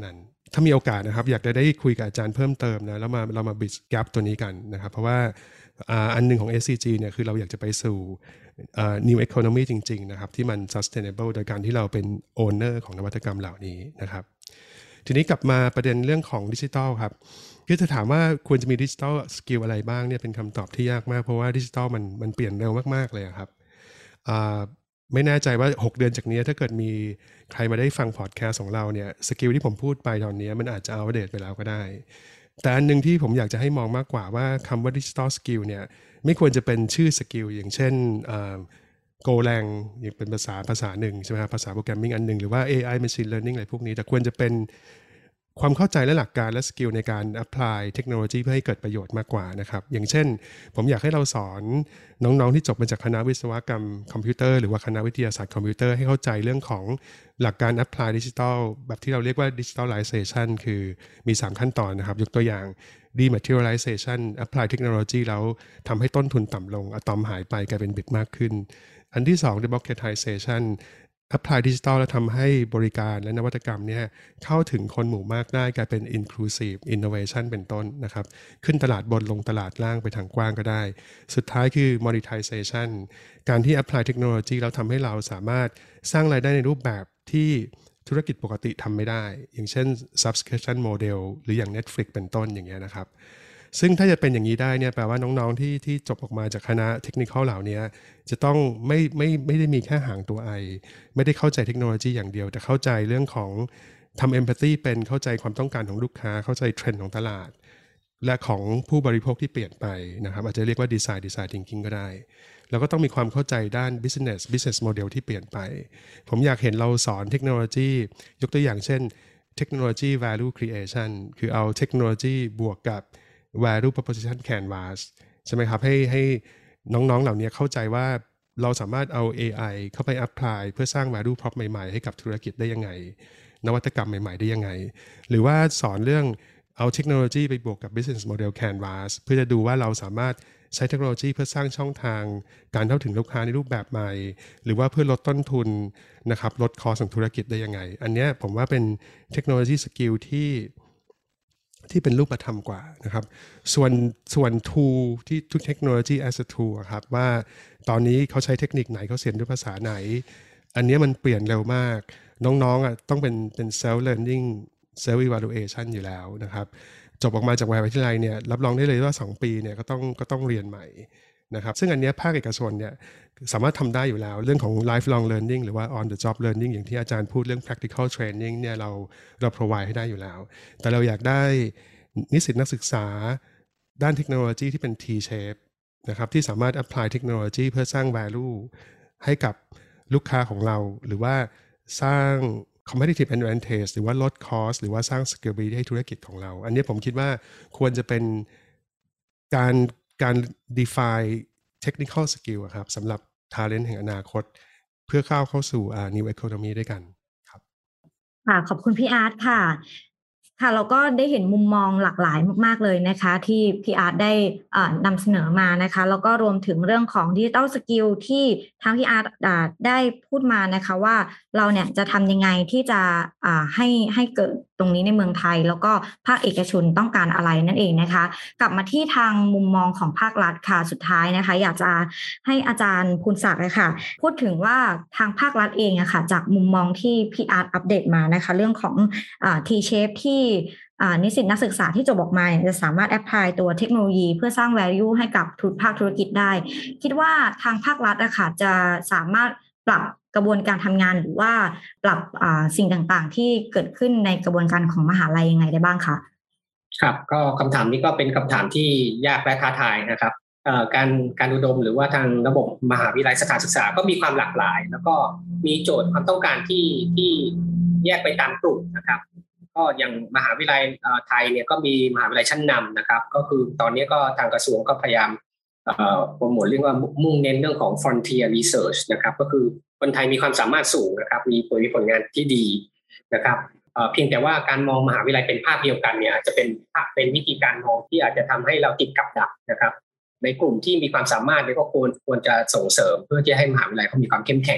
ถ้ามีโอกาสนะครับอยากจะได้คุยกับอาจารย์เพิ่มเติมนะแล้วเรามา bridge gap ตัวนี้กันนะครับเพราะว่าอันนึงของ SCG เนี่ยคือเราอยากจะไปสู่new economy จริงๆนะครับที่มัน sustainable โดยการที่เราเป็น owner ของนวัตกรรมเหล่านี้นะครับทีนี้กลับมาประเด็นเรื่องของดิจิทัลครับคือจะถามว่าควรจะมีดิจิทัลสกิลอะไรบ้างเนี่ยเป็นคำตอบที่ยากมากเพราะว่าดิจิทัลมันเปลี่ยนเร็วมากๆเลยครับไม่แน่ใจว่า6เดือนจากนี้ถ้าเกิดมีใครมาได้ฟังพอดแคสต์ของเราเนี่ยสกิลที่ผมพูดไปตอนนี้มันอาจจะอัปเดตไปแล้วก็ได้แต่อันนึงที่ผมอยากจะให้มองมากกว่าว่าคำว่าดิจิทัลสกิลเนี่ยไม่ควรจะเป็นชื่อสกิลอย่างเช่นGolang อย่างเป็นภาษาหนึ่งใช่ไหมครับภาษาโปรแกรมมิ่งอันหนึ่งหรือว่า AI Machine Learning อะไรพวกนี้แต่ควรจะเป็นความเข้าใจและหลักการและสกิลในการ apply เทคโนโลยีเพื่อให้เกิดประโยชน์มากกว่านะครับอย่างเช่นผมอยากให้เราสอนน้องๆที่จบมาจากคณะวิศวกรรมคอมพิวเตอร์หรือว่าคณะวิทยาศาสตร์คอมพิวเตอร์ให้เข้าใจเรื่องของหลักการ apply digital แบบที่เราเรียกว่า digitalization คือมี3ขั้นตอนนะครับยกตัวอย่าง dematerialization apply technology แล้วทำให้ต้นทุนต่ำลงอะตอมหายไปกลายเป็นบิตมากขึ้นอันที่2 democratization apply digital แล้วทำให้บริการและนวัตกรรมเนี่ยเข้าถึงคนหมู่มากได้กลายเป็น inclusive innovation เป็นต้นนะครับขึ้นตลาดบนลงตลาดล่างไปทางกว้างก็ได้สุดท้ายคือ monetization การที่ apply technology แล้วทำให้เราสามารถสร้างรายได้ในรูปแบบที่ธุรกิจปกติทำไม่ได้อย่างเช่น subscription model หรืออย่าง Netflix เป็นต้นอย่างเงี้ยนะครับซึ่งถ้าจะเป็นอย่างนี้ได้เนี่ยแปลว่าน้องๆที่จบออกมาจากคณะเทคนิคเหล่านี้จะต้องไม่ได้มีแค่หางตัวไอไม่ได้เข้าใจเทคโนโลยีอย่างเดียวแต่เข้าใจเรื่องของทำ empathy เป็นเข้าใจความต้องการของลูกค้าเข้าใจเทรนด์ของตลาดและของผู้บริโภคที่เปลี่ยนไปนะครับอาจจะเรียกว่า design thinking ก็ได้แล้วก็ต้องมีความเข้าใจด้าน business model ที่เปลี่ยนไปผมอยากเห็นเราสอนเทคโนโลยียกตัวอย่างเช่นเทคโนโลยี value creation คือเอาเทคโนโลยีบวกกับvalue proposition canvas ใช่ไหมครับให้น้องๆเหล่านี้เข้าใจว่าเราสามารถเอา AI เข้าไป apply เพื่อสร้าง value prop ใหม่ๆให้กับธุรกิจได้ยังไงนวัตกรรมใหม่ๆได้ยังไงหรือว่าสอนเรื่องเอาเทคโนโลยีไปบวกกับ business model canvas เพื่อจะดูว่าเราสามารถใช้เทคโนโลยีเพื่อสร้างช่องทางการเข้าถึงลูกค้าในรูปแบบใหม่หรือว่าเพื่อลดต้นทุนนะครับลดคอสของธุรกิจได้ยังไงอันนี้ผมว่าเป็นเทคโนโลยีสกิลที่เป็นรูปธรรมกว่านะครับส่วน tool ที่ทุกเทคโนโลยี as a tool ครับว่าตอนนี้เขาใช้เทคนิคไหนเขาเขียนด้วยภาษาไหนอันนี้มันเปลี่ยนเร็วมากน้องๆต้องเป็น self learning self evaluation อยู่แล้วนะครับจบออกมาจากมหาวิทยาลัยเนี่ยรับรองได้เลยว่า2ปีเนี่ยก็ต้องเรียนใหม่นะครับซึ่งอันนี้ภาคเอกชนเนี่ยสามารถทำได้อยู่แล้วเรื่องของ lifelong learning หรือว่า on the job learning อย่างที่อาจารย์พูดเรื่อง practical training เนี่ยเรา provide ให้ได้อยู่แล้วแต่เราอยากได้นิสิตนักศึกษาด้านเทคโนโลยีที่เป็น T-shape นะครับที่สามารถ apply เทคโนโลยีเพื่อสร้าง value ให้กับลูกค้าของเราหรือว่าสร้าง competitive advantage หรือว่าลด cost หรือว่าสร้าง scalability ให้ธุรกิจของเราอันนี้ผมคิดว่าควรจะเป็นการ define technical skill ครับสำหรับ talent แห่งอนาคตเพื่อเข้าสู่new economy ด้วยกันครับค่ะขอบคุณพี่อาร์ตค่ะเราก็ได้เห็นมุมมองหลากหลายมากๆเลยนะคะที่พี่อาร์ตได้นำเสนอมานะคะแล้วก็รวมถึงเรื่องของ Digital Skill ที่ทางพี่อาร์ตได้พูดมานะคะว่าเราเนี่ยจะทำยังไงที่จะให้เกิดตรงนี้ในเมืองไทยแล้วก็ภาคเอกชนต้องการอะไรนั่นเองนะคะกลับมาที่ทางมุมมองของภาครัฐค่ะสุดท้ายนะคะอยากจะให้อาจารย์ภูลศักดิ์ค่ะพูดถึงว่าทางภาครัฐเองอะค่ะจากมุมมองที่พี่อาร์ตอัปเดตมานะคะเรื่องของT-shape ที่นิสิตนักศึกษาที่จบออกมาจะสามารถแอพพลายตัวเทคโนโลยีเพื่อสร้าง value ให้กับภาคธุรกิจได้คิดว่าทางภาครัฐอะค่ะจะสามารถปรับกระบวนการทำงานหรือว่าปรับสิ่งต่างๆที่เกิดขึ้นในกระบวนการของมหาลัยยังไงได้บ้างคะครับก็คำถามนี้ก็เป็นคำถามที่ยากและท้าทายนะครับการอุดมหรือว่าทางระบบมหาวิทยาลัยสถานศึกษาก็มีความหลากหลายแล้วก็มีโจทย์ความต้องการที่แยกไปตามกลุ่มนะครับก็อย่างมหาวิทยาลัยไทยเนี่ยก็มีมหาวิทยาลัยชั้นนำนะครับก็คือตอนนี้ก็ทางกระทรวงก็พยายามโปรโมทเรื่องว่ามุ่งเน้นเรื่องของ frontier research นะครับก็คือคนไทยมีความสามารถสูงนะครับมีผลงานที่ดีนะครับเพียงแต่ว่าการมองมหาวิทยาลัยเป็นภาพเดียวกันเนี่ยอาจจะเป็นวิธีการมองที่อาจจะทำให้เราติดกับดักนะครับในกลุ่มที่มีความสามารถเนี่ยก็ควรจะส่งเสริมเพื่อที่ให้มหาวิทยาลัยเขามีความเข้มแข็ง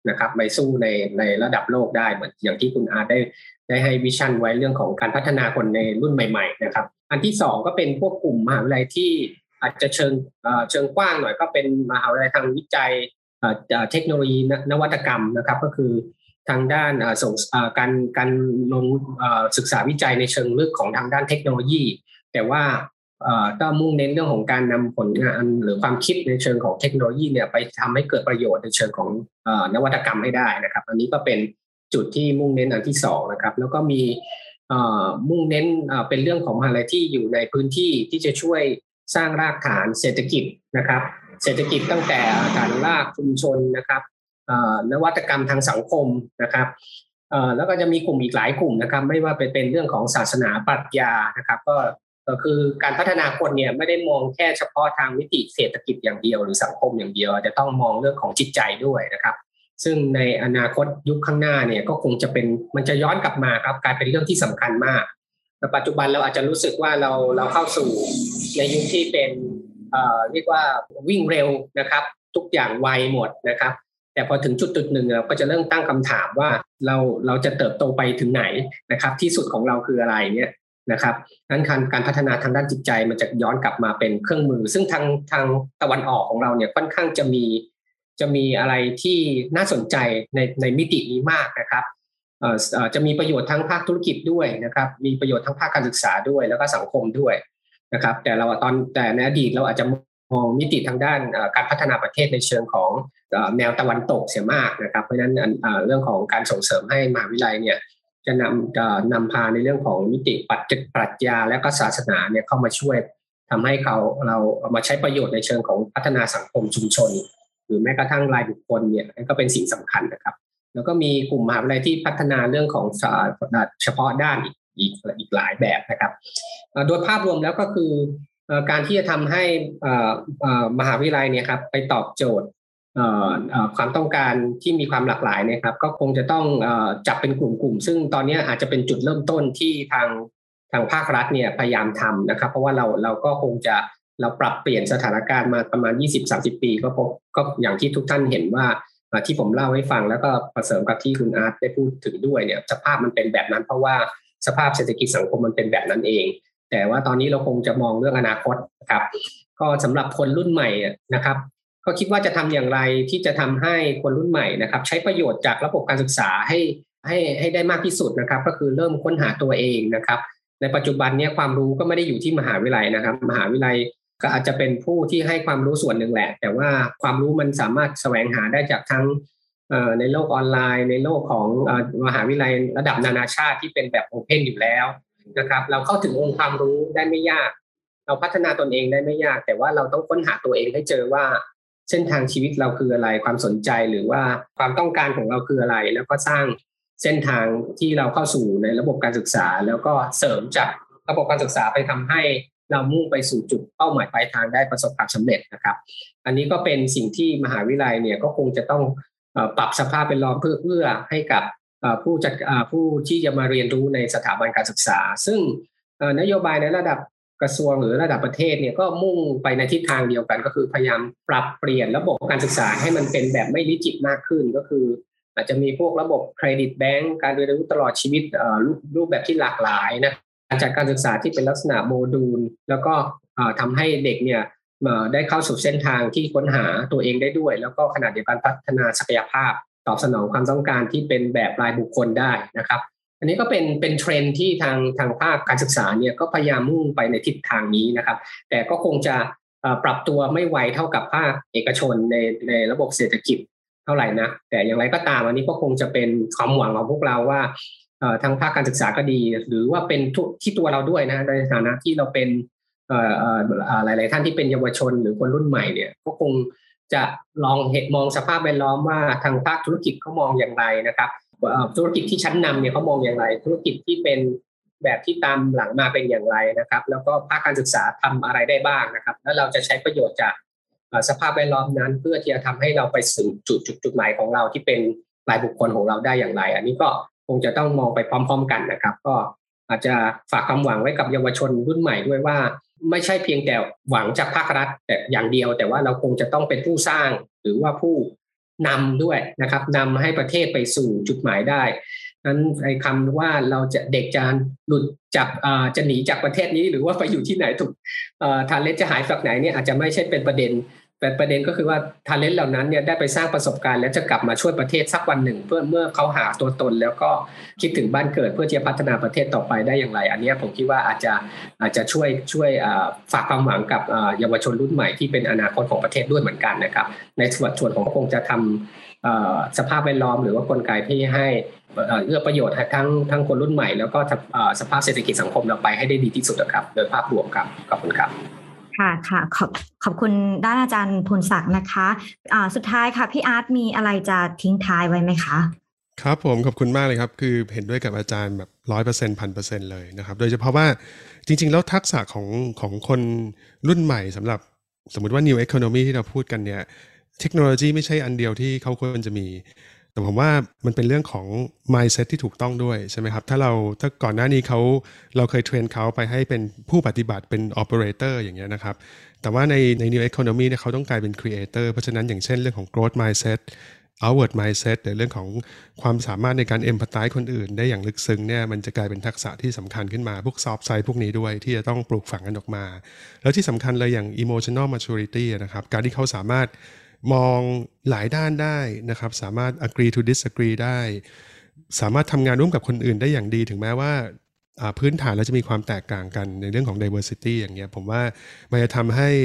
นะครับไปสู้ในระดับโลกได้เหมือนอย่างที่คุณอาร์ตได้ให้วิชั่นไว้เรื่องของการพัฒนาคนในรุ่นใหม่ๆนะครับอันที่2ก็เป็นพวกกลุ่มมหาวิทยาลัยที่อาจจะเชิงกว้างหน่อยก็เป็นมหาวิทยาลัยทางวิจัยเทคโนโลยีนวัตกรรมนะครับก็คือทางด้านการลงศึกษาวิจัยในเชิงลึกของทางด้านเทคโนโลยีแต่ว่าก็มุ่งเน้นเรื่องของการนำผลงานหรือความคิดในเชิงของเทคโนโลยีเนี่ยไปทำให้เกิดประโยชน์ในเชิงของนวัตกรรมให้ได้นะครับอันนี้ก็เป็นจุดที่มุ่งเน้นอันที่2นะครับแล้วก็มีมุ่งเน้นเป็นเรื่องของอะไรที่อยู่ในพื้นที่ที่จะช่วยสร้างรากฐานเศรษฐกิจนะครับเศรษฐกิจตั้งแต่ฐานรากชุมชนนะครับนวัตกรรมทางสังคมนะครับแล้วก็จะมีกลุ่มอีกหลายกลุ่มนะครับไม่ว่าเป็นเรื่องของศาสนาปรัชญานะครับก็คือการพัฒนาคนเนี่ยไม่ได้มองแค่เฉพาะทางมิติเศรษฐกิจอย่างเดียวหรือสังคมอย่างเดียวจะต้องมองเรื่องของจิตใจด้วยนะครับซึ่งในอนาคตยุคข้างหน้าเนี่ยก็คงจะเป็นมันจะย้อนกลับมาครับกลายเป็นเรื่องที่สำคัญมากแต่ปัจจุบันเราอาจจะรู้สึกว่าเราเข้าสู่ในยุคที่เป็นเรียกว่าวิ่งเร็วนะครับทุกอย่างไวหมดนะครับแต่พอถึงจุดหนึ่งเราก็จะเริ่มตั้งคำถามว่าเราจะเติบโตไปถึงไหนนะครับที่สุดของเราคืออะไรเนี่ยนะครับนั้นการพัฒนาทางด้านจิตใจมันจะย้อนกลับมาเป็นเครื่องมือซึ่งทางตะวันออกของเราเนี่ยค่อนข้างจะมีอะไรที่น่าสนใจในมิตินี้มากนะครับจะมีประโยชน์ทั้งภาคธุรกิจด้วยนะครับมีประโยชน์ทั้งภาคการศึกษาด้วยแล้วก็สังคมด้วยนะครับแต่ในอดีตเราอาจจะมองมิติทางด้านการพัฒนาประเทศในเชิงของแนวตะวันตกเสียมากนะครับเพราะฉะนั้นเรื่องของการส่งเสริมให้มหาวิทยาลัยเนี่ยจะนำพาในเรื่องของมิติปรัชญาและก็ศาสนาเนี่ยเข้ามาช่วยทำให้เรามาใช้ประโยชน์ในเชิงของพัฒนาสังคมชุมชนหรือแม้กระทั่งรายบุคคลเนี่ยก็เป็นสิ่งสำคัญนะครับแล้วก็มีกลุ่มมหาวิทยาลัยที่พัฒนาเรื่องของเฉพาะด้านอีกหลายแบบนะครับโดยภาพรวมแล้วก็คือการที่จะทำให้มหาวิทยาลัยเนี่ยครับไปตอบโจทย์ความต้องการที่มีความหลากหลายเนี่ยครับก็คงจะต้องจับเป็นกลุ่มซึ่งตอนนี้อาจจะเป็นจุดเริ่มต้นที่ทางภาครัฐเนี่ยพยายามทำนะครับเพราะว่าเราก็คงจะเราปรับเปลี่ยนสถานการณ์มาประมาณ 20-30 ปีก็อย่างที่ทุกท่านเห็นว่าที่ผมเล่าให้ฟังแล้วก็ประเสริมกับที่คุณอาร์ตได้พูดถึงด้วยเนี่ยสภาพมันเป็นแบบนั้นเพราะว่าสภาพเศรษฐกิจสังคมมันเป็นแบบนั้นเองแต่ว่าตอนนี้เราคงจะมองเรื่องอนาคตครับก็สำหรับคนรุ่นใหม่นะครับก็คิดว่าจะทำอย่างไรที่จะทำให้คนรุ่นใหม่นะครับใช้ประโยชน์จากระบบการศึกษาให้ได้มากที่สุดนะครับก็คือเริ่มค้นหาตัวเองนะครับในปัจจุบันนี้ความรู้ก็ไม่ได้อยู่ที่มหาวิทยาลัยนะครับมหาวิทยาลัยก็อาจจะเป็นผู้ที่ให้ความรู้ส่วนหนึ่งแหละแต่ว่าความรู้มันสามารถแสวงหาได้จากทั้งในโลกออนไลน์ในโลกของมหาวิทยาลัยระดับนานาชาติที่เป็นแบบโอเพนอยู่แล้วนะครับเราเข้าถึงองค์ความรู้ได้ไม่ยากเราพัฒนาตนเองได้ไม่ยากแต่ว่าเราต้องค้นหาตัวเองให้เจอว่าเส้นทางชีวิตเราคืออะไรความสนใจหรือว่าความต้องการของเราคืออะไรแล้วก็สร้างเส้นทางที่เราเข้าสู่ในระบบการศึกษาแล้วก็เสริมจากระบบการศึกษาไปทำให้เรามุ่งไปสู่จุดเป้าหมายปลายทางได้ประสบความสำเร็จนะครับอันนี้ก็เป็นสิ่งที่มหาวิทยาลัยเนี่ยก็คงจะต้องปรับสภาพแวดล้อมเพื่อให้กับผู้ที่จะมาเรียนรู้ในสถาบันการศึกษาซึ่งนโยบายในระดับกระทรวงหรือระดับประเทศเนี่ยก็มุ่งไปในทิศทางเดียวกันก็คือพยายามปรับเปลี่ยนระบบการศึกษาให้มันเป็นแบบไม่ริจิตมากขึ้นก็คืออาจจะมีพวกระบบเครดิตแบงก์การเรียนรู้ตลอดชีวิตรูปแบบที่หลากหลายนะการจัดการศึกษาที่เป็นลักษณะโมดูลแล้วก็ทำให้เด็กเนี่ยได้เข้าสู่เส้นทางที่ค้นหาตัวเองได้ด้วยแล้วก็ขณะเดียวกันพัฒนาศักยภาพตอบสนองความต้องการที่เป็นแบบรายบุคคลได้นะครับอันนี้ก็เป็นเทรนด์ที่ทางภาคการศึกษาเนี่ยก็พยายามมุ่งไปในทิศทางนี้นะครับแต่ก็คงจะปรับตัวไม่ไวเท่ากับภาคเอกชนในระบบเศรษฐกิจเท่าไหร่นะแต่อย่างไรก็ตามอันนี้ก็คงจะเป็นความหวังของพวกเราว่าทางภาคการศึกษาก็ดีหรือว่าเป็นที่ตัวเราด้วยนะในฐานะที่เราเป็นหลายๆท่านที่เป็นเยาวชนหรือคนรุ่นใหม่เนี่ยก็คงจะลองมองสภาพแวดล้อมว่าทางภาคธุรกิจเขามองอย่างไรนะครับธุรกิจที่ชั้นนำเนี่ยเขามองอย่างไรธุรกิจที่เป็นแบบที่ตามหลังมาเป็นอย่างไรนะครับแล้วก็ภาคการศึกษาทำอะไรได้บ้างนะครับแล้วเราจะใช้ประโยชน์จากสภาพแวดล้อมนั้นเพื่อที่จะทำให้เราไปสู่จุดหมายของเราที่เป็นรายบุคคลของเราได้อย่างไรอันนี้ก็คงจะต้องมองไปพร้อมๆกันนะครับก็อาจจะฝากความหวังไว้กับเยาวชนรุ่นใหม่ด้วยว่าไม่ใช่เพียงแต่หวังจากภาครัฐแต่อย่างเดียวแต่ว่าเราคงจะต้องเป็นผู้สร้างหรือว่าผู้นำด้วยนะครับนำให้ประเทศไปสู่จุดหมายได้นั้นไอ้คำว่าเราจะเด็กจะหลุดจากจะหนีจากประเทศนี้หรือว่าไปอยู่ที่ไหนถูกtalent จะหายจากไหนเนี่ยอาจจะไม่ใช่เป็นประเด็นแต่ประเด็นก็คือว่า talent เหล่านั้นเนี่ยได้ไปสร้างประสบการณ์แล้วจะกลับมาช่วยประเทศสักวันหนึ่งเมื่อเขาหาตัวตนแล้วก็คิดถึงบ้านเกิดเพื่อจะพัฒนาประเทศต่อไปได้อย่างไรอันนี้ผมคิดว่าอาจจะช่วยฝากความหวังกับเยาวชนรุ่นใหม่ที่เป็นอนาคตของประเทศด้วยเหมือนกันนะครับในส่วนของคงจะทำสภาพแวดล้อมหรือว่ากลไกที่ให้เอื้อประโยชน์ทั้งคนรุ่นใหม่แล้วก็สภาพเศรษฐกิจสังคมเราไปให้ได้ดีที่สุดนะครับโดยภาพรวมครับขอบคุณครับค่ะขอบคุณด้านอาจารย์พลศักดิ์นะคะสุดท้ายค่ะพี่อาร์ตมีอะไรจะทิ้งท้ายไว้ไหมคะครับผมขอบคุณมากเลยครับคือเห็นด้วยกับอาจารย์แบบ 100% 1,000% เลยนะครับโดยเฉพาะว่าจริงๆแล้วทักษะของคนรุ่นใหม่สำหรับสมมุติว่า New Economy ที่เราพูดกันเนี่ยเทคโนโลยีไม่ใช่อันเดียวที่เขาควรจะมีแต่ผมว่ามันเป็นเรื่องของ mindset ที่ถูกต้องด้วยใช่ไหมครับถ้าก่อนหน้านี้เราเคยเทรนเขาไปให้เป็นผู้ปฏิบัติเป็น operator อย่างเงี้ยนะครับแต่ว่าใน new economy เนี่ยเขาต้องกลายเป็น creator เพราะฉะนั้นอย่างเช่นเรื่องของ growth mindset outward mindset หรือเรื่องของความสามารถในการ empathize คนอื่นได้อย่างลึกซึ้งเนี่ยมันจะกลายเป็นทักษะที่สำคัญขึ้นมาพวก soft side พวกนี้ด้วยที่จะต้องปลูกฝังกันออกมาแล้วที่สำคัญเลยอย่าง emotional maturity นะครับการที่เขาสามารถมองหลายด้านได้นะครับสามารถ agree to disagree ได้สามารถทำงานร่วมกับคนอื่นได้อย่างดีถึงแม้ว่าพื้นฐานแล้วจะมีความแตกต่างกันในเรื่องของ diversity อย่างเงี้ยผมว่ามันจะทำให้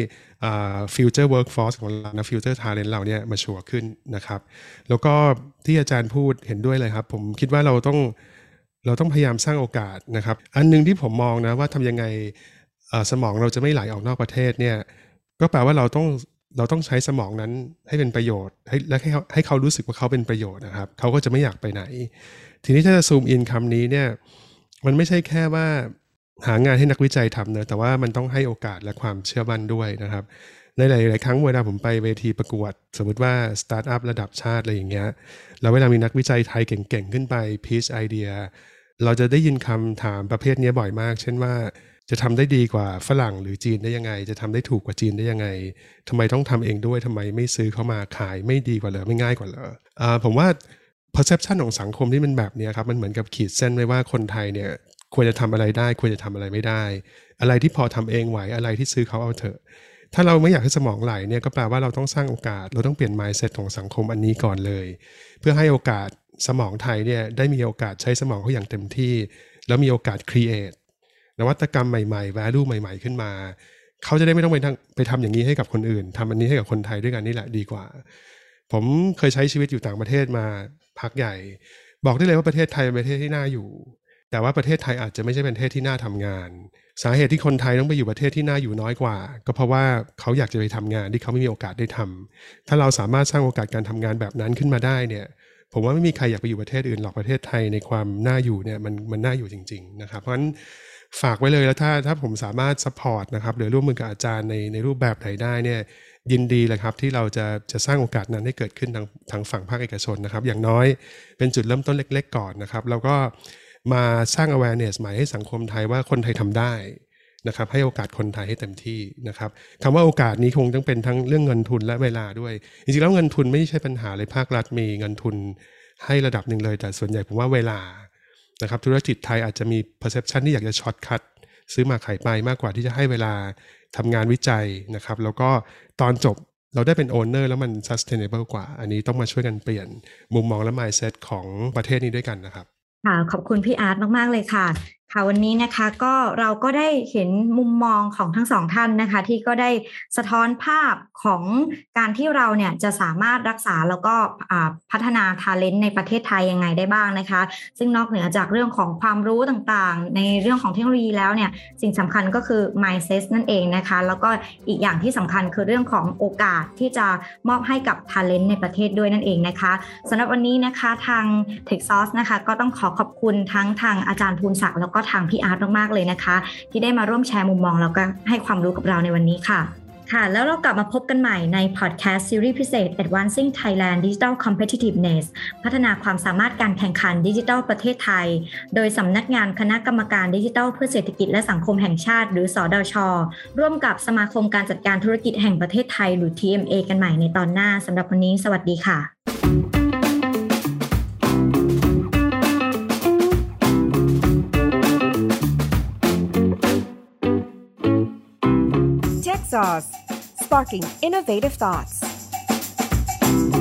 future workforce ของเรานะ future talent เราเนี่ยมาชัวร์ขึ้นนะครับแล้วก็ที่อาจารย์พูดเห็นด้วยเลยครับผมคิดว่าเราต้องพยายามสร้างโอกาสนะครับอันนึงที่ผมมองนะว่าทำยังไงสมองเราจะไม่ไหลออกนอกประเทศเนี่ยก็แปลว่าเราต้องใช้สมองนั้นให้เป็นประโยชน์และให้เขารู้สึกว่าเขาเป็นประโยชน์นะครับเขาก็จะไม่อยากไปไหนทีนี้ถ้าจะซูมอินคำนี้เนี่ยมันไม่ใช่แค่ว่าหางานให้นักวิจัยทำเนอะแต่ว่ามันต้องให้โอกาสและความเชื่อมั่นด้วยนะครับในหลายๆครั้งเวลาผมไปเวทีประกวดสมมติว่าสตาร์ทอัพระดับชาติอะไรอย่างเงี้ยแล้วเวลามีนักวิจัยไทยเก่งๆขึ้นไปพีชไอเดียเราจะได้ยินคำถามประเภทนี้บ่อยมากเช่นว่าจะทำได้ดีกว่าฝรั่งหรือจีนได้ยังไงจะทำได้ถูกกว่าจีนได้ยังไงทำไมต้องทำเองด้วยทำไมไม่ซื้อเข้ามาขายไม่ดีกว่าเหรอไม่ง่ายกว่าเหรอผมว่า perception ของสังคมที่มันแบบนี้ครับมันเหมือนกับขีดเส้นไว้ว่าคนไทยเนี่ยควรจะทำอะไรได้ควรจะทำอะไรไม่ได้อะไรที่พอทำเองไหวอะไรที่ซื้อเขาเอาเถอะถ้าเราไม่อยากให้สมองไหลเนี่ยก็แปลว่าเราต้องสร้างโอกาสเราต้องเปลี่ยน mindset ของสังคมอันนี้ก่อนเลยเพื่อให้โอกาสสมองไทยเนี่ยได้มีโอกาสใช้สมองเขาอย่างเต็มที่แล้วมีโอกาส createนวัตกรรมใหม่ๆ value ใหม่ๆขึ้นมาเขาจะได้ไม่ต้องไปทำอย่างนี้ให้กับคนอื่นทำอันนี้ให้กับคนไทยด้วยกันนี่แหละดีกว่าผมเคยใช้ชีวิตอยู่ต่างประเทศมาพักใหญ่บอกได้เลยว่าประเทศไทยเป็นประเทศที่น่าอยู่แต่ว่าประเทศไทยอาจจะไม่ใช่เป็นประเทศที่น่าทำงานสาเหตุที่คนไทยต้องไปอยู่ประเทศที่น่าอยู่น้อยกว่าก็เพราะว่าเขาอยากจะไปทำงานที่เขาไม่มีโอกาสได้ทำถ้าเราสามารถสร้างโอกาสการทำงานแบบนั้นขึ้นมาได้เนี่ยผมว่าไม่มีใครอยากไปอยู่ประเทศอื่นหรอกประเทศไทยในความน่าอยู่เนี่ยมันน่าอยู่จริงๆนะครับเพราะฉะนั้นฝากไว้เลยแล้วถ้าผมสามารถซัพพอร์ตนะครับหรือร่วมมือกับอาจารย์ในรูปแบบไหนได้เนี่ยยินดีเลยครับที่เราจะสร้างโอกาสนั้นให้เกิดขึ้นทางฝั่งภาคเอกชนนะครับอย่างน้อยเป็นจุดเริ่มต้นเล็กๆก่อนนะครับแล้วก็มาสร้าง awareness ใหม่ให้สังคมไทยว่าคนไทยทำได้นะครับให้โอกาสคนไทยให้เต็มที่นะครับคำว่าโอกาสนี้คงต้องเป็นทั้งเรื่องเงินทุนและเวลาด้วยจริงๆแล้วเงินทุนไม่ใช่ปัญหาเลยภาครัฐมีเงินทุนให้ระดับหนึ่งเลยแต่ส่วนใหญ่ผมว่าเวลานะครับธุรกิจไทยอาจจะมี perception ที่อยากจะช็อตคัทซื้อมาขายไปมากกว่าที่จะให้เวลาทำงานวิจัยนะครับแล้วก็ตอนจบเราได้เป็น owner แล้วมัน sustainable กว่าอันนี้ต้องมาช่วยกันเปลี่ยนมุมมองและ mindset ของประเทศนี้ด้วยกันนะครับค่ะขอบคุณพี่อาร์ตมากๆเลยค่ะค่ะวันนี้นะคะเราก็ได้เห็นมุมมองของทั้งสองท่านนะคะที่ก็ได้สะท้อนภาพของการที่เราเนี่ยจะสามารถรักษาแล้วก็พัฒนา talent ในประเทศไทยยังไงได้บ้างนะคะซึ่งนอกเหนือจากเรื่องของความรู้ต่างๆในเรื่องของเทคโนโลยีแล้วเนี่ยสิ่งสำคัญก็คือ mindset นั่นเองนะคะแล้วก็อีกอย่างที่สำคัญคือเรื่องของโอกาสที่จะมอบให้กับ talent ในประเทศด้วยนั่นเองนะคะสำหรับวันนี้นะคะทาง TechSauce นะคะก็ต้องขอบคุณทั้งทางอาจารย์ภูลศักดิ์แล้วก็ทางพี่อาร์ตมากๆเลยนะคะที่ได้มาร่วมแชร์มุมมองแล้วก็ให้ความรู้กับเราในวันนี้ค่ะแล้วเรากลับมาพบกันใหม่ในพอดแคสต์ซีรีส์พิเศษ Advancing Thailand Digital Competitiveness พัฒนาความสามารถการแข่งขันดิจิทัลประเทศไทยโดยสำนักงานคณะกรรมการดิจิทัลเพื่อเศรษฐกิจและสังคมแห่งชาติหรือสดช.ร่วมกับสมาคมการจัดการธุรกิจแห่งประเทศไทยหรือ TMA กันใหม่ในตอนหน้าสำหรับวันนี้สวัสดีค่ะ Sauce, sparking innovative thoughts.